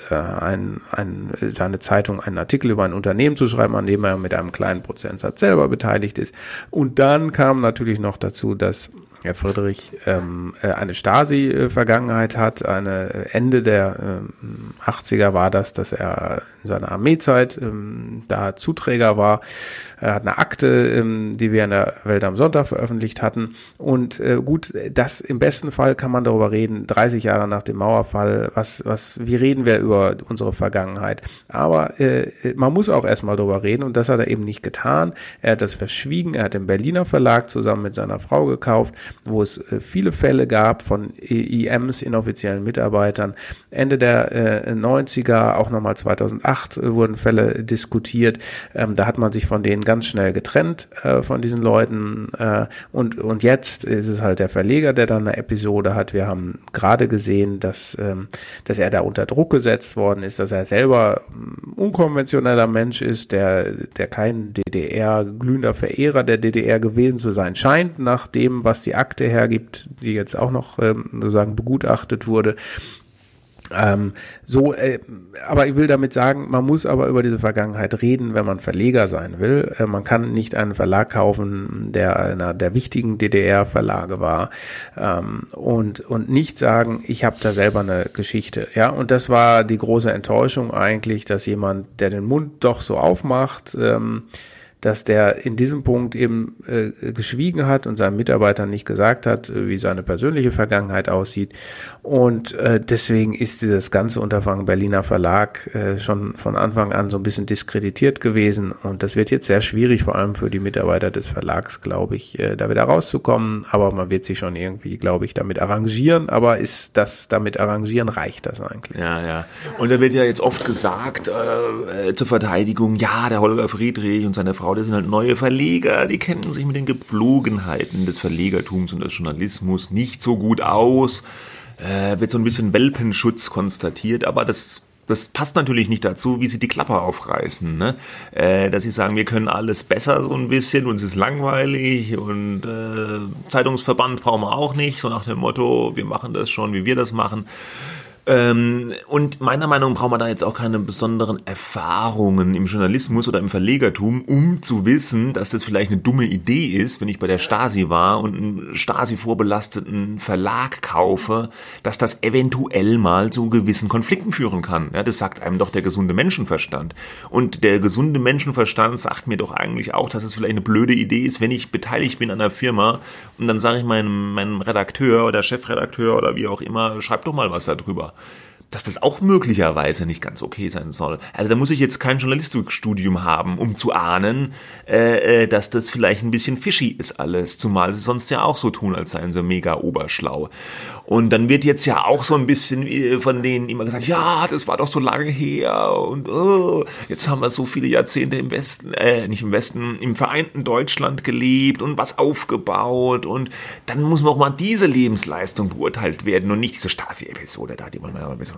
seine Zeitung einen Artikel über ein Unternehmen zu schreiben, an dem er mit einem kleinen Prozentsatz selber beteiligt ist. Und dann kam natürlich noch dazu, dass Herr Friedrich eine Stasi-Vergangenheit hat. Ende der 80er war das, dass er in seiner Armeezeit da Zuträger war. Er hat eine Akte, die wir in der Welt am Sonntag veröffentlicht hatten. Und gut, das im besten Fall kann man darüber reden, 30 Jahre nach dem Mauerfall, wie reden wir über unsere Vergangenheit? Aber man muss auch erstmal darüber reden und das hat er eben nicht getan. Er hat das verschwiegen, er hat den Berliner Verlag zusammen mit seiner Frau gekauft, wo es viele Fälle gab von IMs, inoffiziellen Mitarbeitern. Ende der 90er, auch nochmal 2008 wurden Fälle diskutiert. Da hat man sich von denen ganz schnell getrennt, von diesen Leuten. Und jetzt ist es halt der Verleger, der dann eine Episode hat. Wir haben gerade gesehen, dass er da unter Druck gesetzt worden ist, dass er selber unkonventioneller Mensch ist, der kein glühender Verehrer der DDR gewesen zu sein scheint, nach dem, was die Akte hergibt, die jetzt auch noch sozusagen begutachtet wurde. Aber ich will damit sagen, man muss aber über diese Vergangenheit reden, wenn man Verleger sein will. Man kann nicht einen Verlag kaufen, der einer der wichtigen DDR-Verlage war, und nicht sagen, ich habe da selber eine Geschichte. Ja, und das war die große Enttäuschung eigentlich, dass jemand, der den Mund doch so aufmacht, dass der in diesem Punkt eben geschwiegen hat und seinen Mitarbeitern nicht gesagt hat, wie seine persönliche Vergangenheit aussieht. Und deswegen ist dieses ganze Unterfangen Berliner Verlag schon von Anfang an so ein bisschen diskreditiert gewesen. Und das wird jetzt sehr schwierig, vor allem für die Mitarbeiter des Verlags, glaube ich, da wieder rauszukommen. Aber man wird sich schon irgendwie, glaube ich, damit arrangieren. Aber ist das damit arrangieren, reicht das eigentlich? Ja. Und da wird ja jetzt oft gesagt, zur Verteidigung, ja, der Holger Friedrich und seine Frau, das sind halt neue Verleger, die kennen sich mit den Gepflogenheiten des Verlegertums und des Journalismus nicht so gut aus. Wird so ein bisschen Welpenschutz konstatiert, aber das passt natürlich nicht dazu, wie sie die Klappe aufreißen, ne? Dass sie sagen, wir können alles besser so ein bisschen, uns ist langweilig und Zeitungsverband brauchen wir auch nicht, so nach dem Motto, wir machen das schon, wie wir das machen. Und meiner Meinung nach braucht man da jetzt auch keine besonderen Erfahrungen im Journalismus oder im Verlegertum, um zu wissen, dass das vielleicht eine dumme Idee ist, wenn ich bei der Stasi war und einen Stasi-vorbelasteten Verlag kaufe, dass das eventuell mal zu gewissen Konflikten führen kann. Ja, das sagt einem doch der gesunde Menschenverstand. Und der gesunde Menschenverstand sagt mir doch eigentlich auch, dass es vielleicht eine blöde Idee ist, wenn ich beteiligt bin an einer Firma und dann sage ich meinem Redakteur oder Chefredakteur oder wie auch immer, schreib doch mal was darüber. Dass das auch möglicherweise nicht ganz okay sein soll. Also da muss ich jetzt kein Journalistikstudium haben, um zu ahnen, dass das vielleicht ein bisschen fishy ist alles, zumal sie sonst ja auch so tun, als seien sie mega oberschlau. Und dann wird jetzt ja auch so ein bisschen von denen immer gesagt, ja, das war doch so lange her und jetzt haben wir so viele Jahrzehnte im Westen, nicht im Westen, im vereinten Deutschland gelebt und was aufgebaut und dann muss noch mal diese Lebensleistung beurteilt werden und nicht diese Stasi-Episode da, die wollen wir ja mal ein bisschen.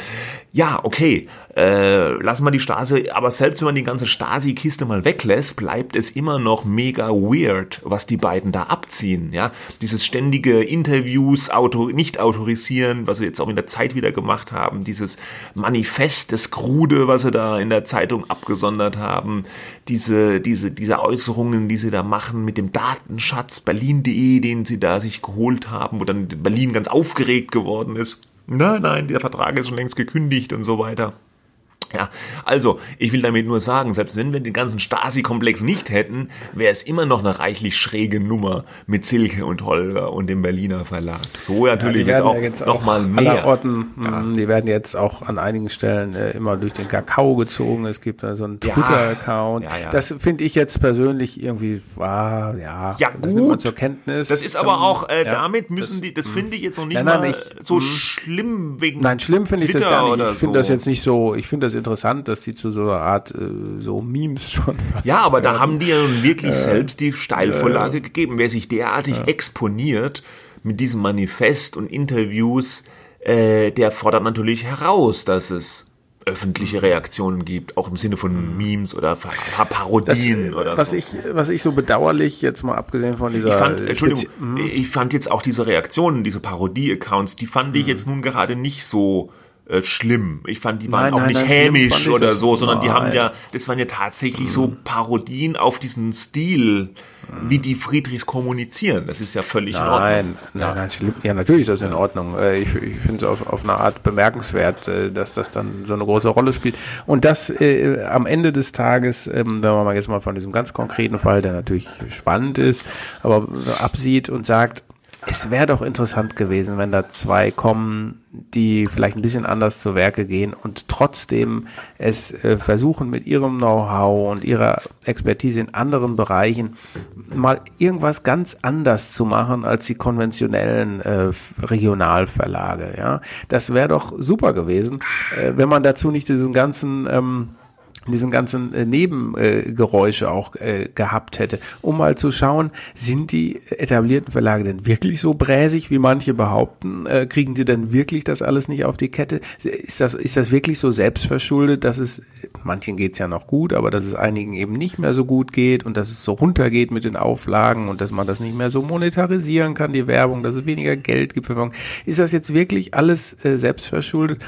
Ja, okay, lassen wir die Stasi, aber selbst wenn man die ganze Stasi-Kiste mal weglässt, bleibt es immer noch mega weird, was die beiden da abziehen, ja, dieses ständige Interviews, nicht autorisieren, was sie jetzt auch in der Zeit wieder gemacht haben, dieses Manifest des Krude, was sie da in der Zeitung abgesondert haben, diese Äußerungen, die sie da machen mit dem Datenschatz Berlin.de, den sie da sich geholt haben, wo dann Berlin ganz aufgeregt geworden ist. Nein, der Vertrag ist schon längst gekündigt und so weiter. Ja, also, ich will damit nur sagen, selbst wenn wir den ganzen Stasi-Komplex nicht hätten, wäre es immer noch eine reichlich schräge Nummer mit Silke und Holger und dem Berliner Verlag. So natürlich ja, jetzt noch mal mehr. Allerorten, die werden jetzt auch an einigen Stellen immer durch den Kakao gezogen. Es gibt da so einen Twitter-Account. Ja. Das finde ich jetzt persönlich irgendwie, das nimmt man zur Kenntnis. Das ist aber auch, damit müssen das finde ich jetzt noch nicht so schlimm wegen Nein, schlimm finde ich das gar nicht. Ich finde das so. jetzt nicht so, ich finde das interessant, dass die zu so einer Art so Memes schon ja, aber da haben die ja nun wirklich selbst die Steilvorlage gegeben. Wer sich derartig exponiert mit diesem Manifest und Interviews, der fordert natürlich heraus, dass es öffentliche Reaktionen gibt, auch im Sinne von Memes oder Parodien oder was so. Was ich so bedauerlich, jetzt mal abgesehen von dieser... Ich fand jetzt auch diese Reaktionen, diese Parodie-Accounts, die fand ich jetzt nun gerade nicht so schlimm. Ich fand, die waren auch nicht hämisch oder so, sondern die haben das waren ja tatsächlich so Parodien auf diesen Stil, wie die Friedrichs kommunizieren. Das ist ja völlig in Ordnung. Nein, schlimm. Ja, natürlich ist das in Ordnung. Ich finde es auf eine Art bemerkenswert, dass das dann so eine große Rolle spielt. Und das am Ende des Tages, wenn man jetzt mal von diesem ganz konkreten Fall, der natürlich spannend ist, aber absieht und sagt, es wäre doch interessant gewesen, wenn da zwei kommen, die vielleicht ein bisschen anders zu Werke gehen und trotzdem es versuchen, mit ihrem Know-how und ihrer Expertise in anderen Bereichen mal irgendwas ganz anders zu machen als die konventionellen Regionalverlage. Ja, das wäre doch super gewesen, wenn man dazu nicht diesen ganzen diesen ganzen Nebengeräusche auch gehabt hätte, um mal zu schauen, sind die etablierten Verlage denn wirklich so bräsig, wie manche behaupten? Kriegen die denn wirklich das alles nicht auf die Kette? Ist das wirklich so selbstverschuldet, dass es, manchen geht's ja noch gut, aber dass es einigen eben nicht mehr so gut geht und dass es so runtergeht mit den Auflagen und dass man das nicht mehr so monetarisieren kann, die Werbung, dass es weniger Geld gibt für Werbung. Ist das jetzt wirklich alles selbstverschuldet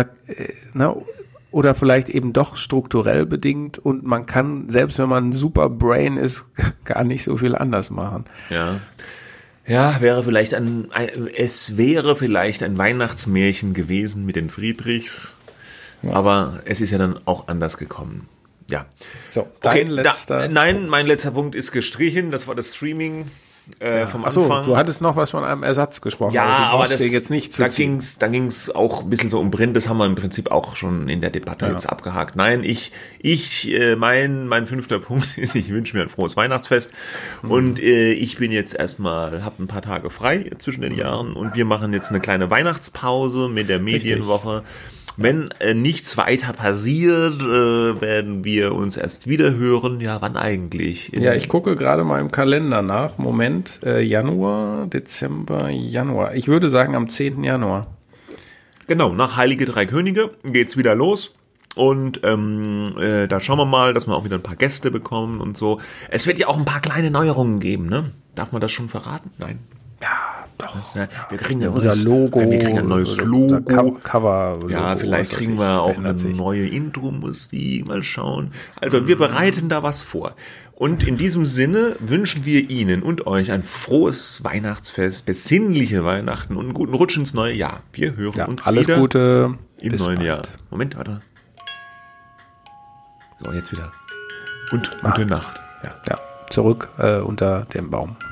oder vielleicht eben doch strukturell bedingt und man kann, selbst wenn man ein super Brain ist, gar nicht so viel anders machen. Ja, es wäre vielleicht ein Weihnachtsmärchen gewesen mit den Friedrichs, aber es ist ja dann auch anders gekommen. Ja. So, mein letzter Punkt ist gestrichen, das war das Streaming. Vom Anfang. Du hattest noch was von einem Ersatz gesprochen. Ja, aber das jetzt nicht zu ziehen. Da ging's auch ein bisschen so um Print. Das haben wir im Prinzip auch schon in der Debatte jetzt abgehakt. Nein, mein 5. Punkt ist, ich wünsche mir ein frohes Weihnachtsfest. Und ich bin jetzt habe ein paar Tage frei zwischen den Jahren und wir machen jetzt eine kleine Weihnachtspause mit der Medienwoche. Wenn nichts weiter passiert, werden wir uns erst wieder hören. Ja, wann eigentlich? Ja, ich gucke gerade mal im Kalender nach. Moment, Januar, Dezember, Januar. Ich würde sagen am 10. Januar. Genau, nach Heilige Drei Könige geht's wieder los. Und da schauen wir mal, dass wir auch wieder ein paar Gäste bekommen und so. Es wird ja auch ein paar kleine Neuerungen geben, ne? Darf man das schon verraten? Nein. Ja, doch. Wir kriegen ja unser Logo. Wir kriegen ein neues Logo. Cover. Ja, vielleicht kriegen wir auch eine neue Intro-Musik. Mal schauen. Also wir bereiten da was vor. Und in diesem Sinne wünschen wir Ihnen und euch ein frohes Weihnachtsfest, besinnliche Weihnachten und einen guten Rutsch ins neue Jahr. Wir hören uns alles wieder Gute im neuen Jahr. Moment, warte. So, jetzt wieder. Und gute Nacht. Ja, zurück unter dem Baum.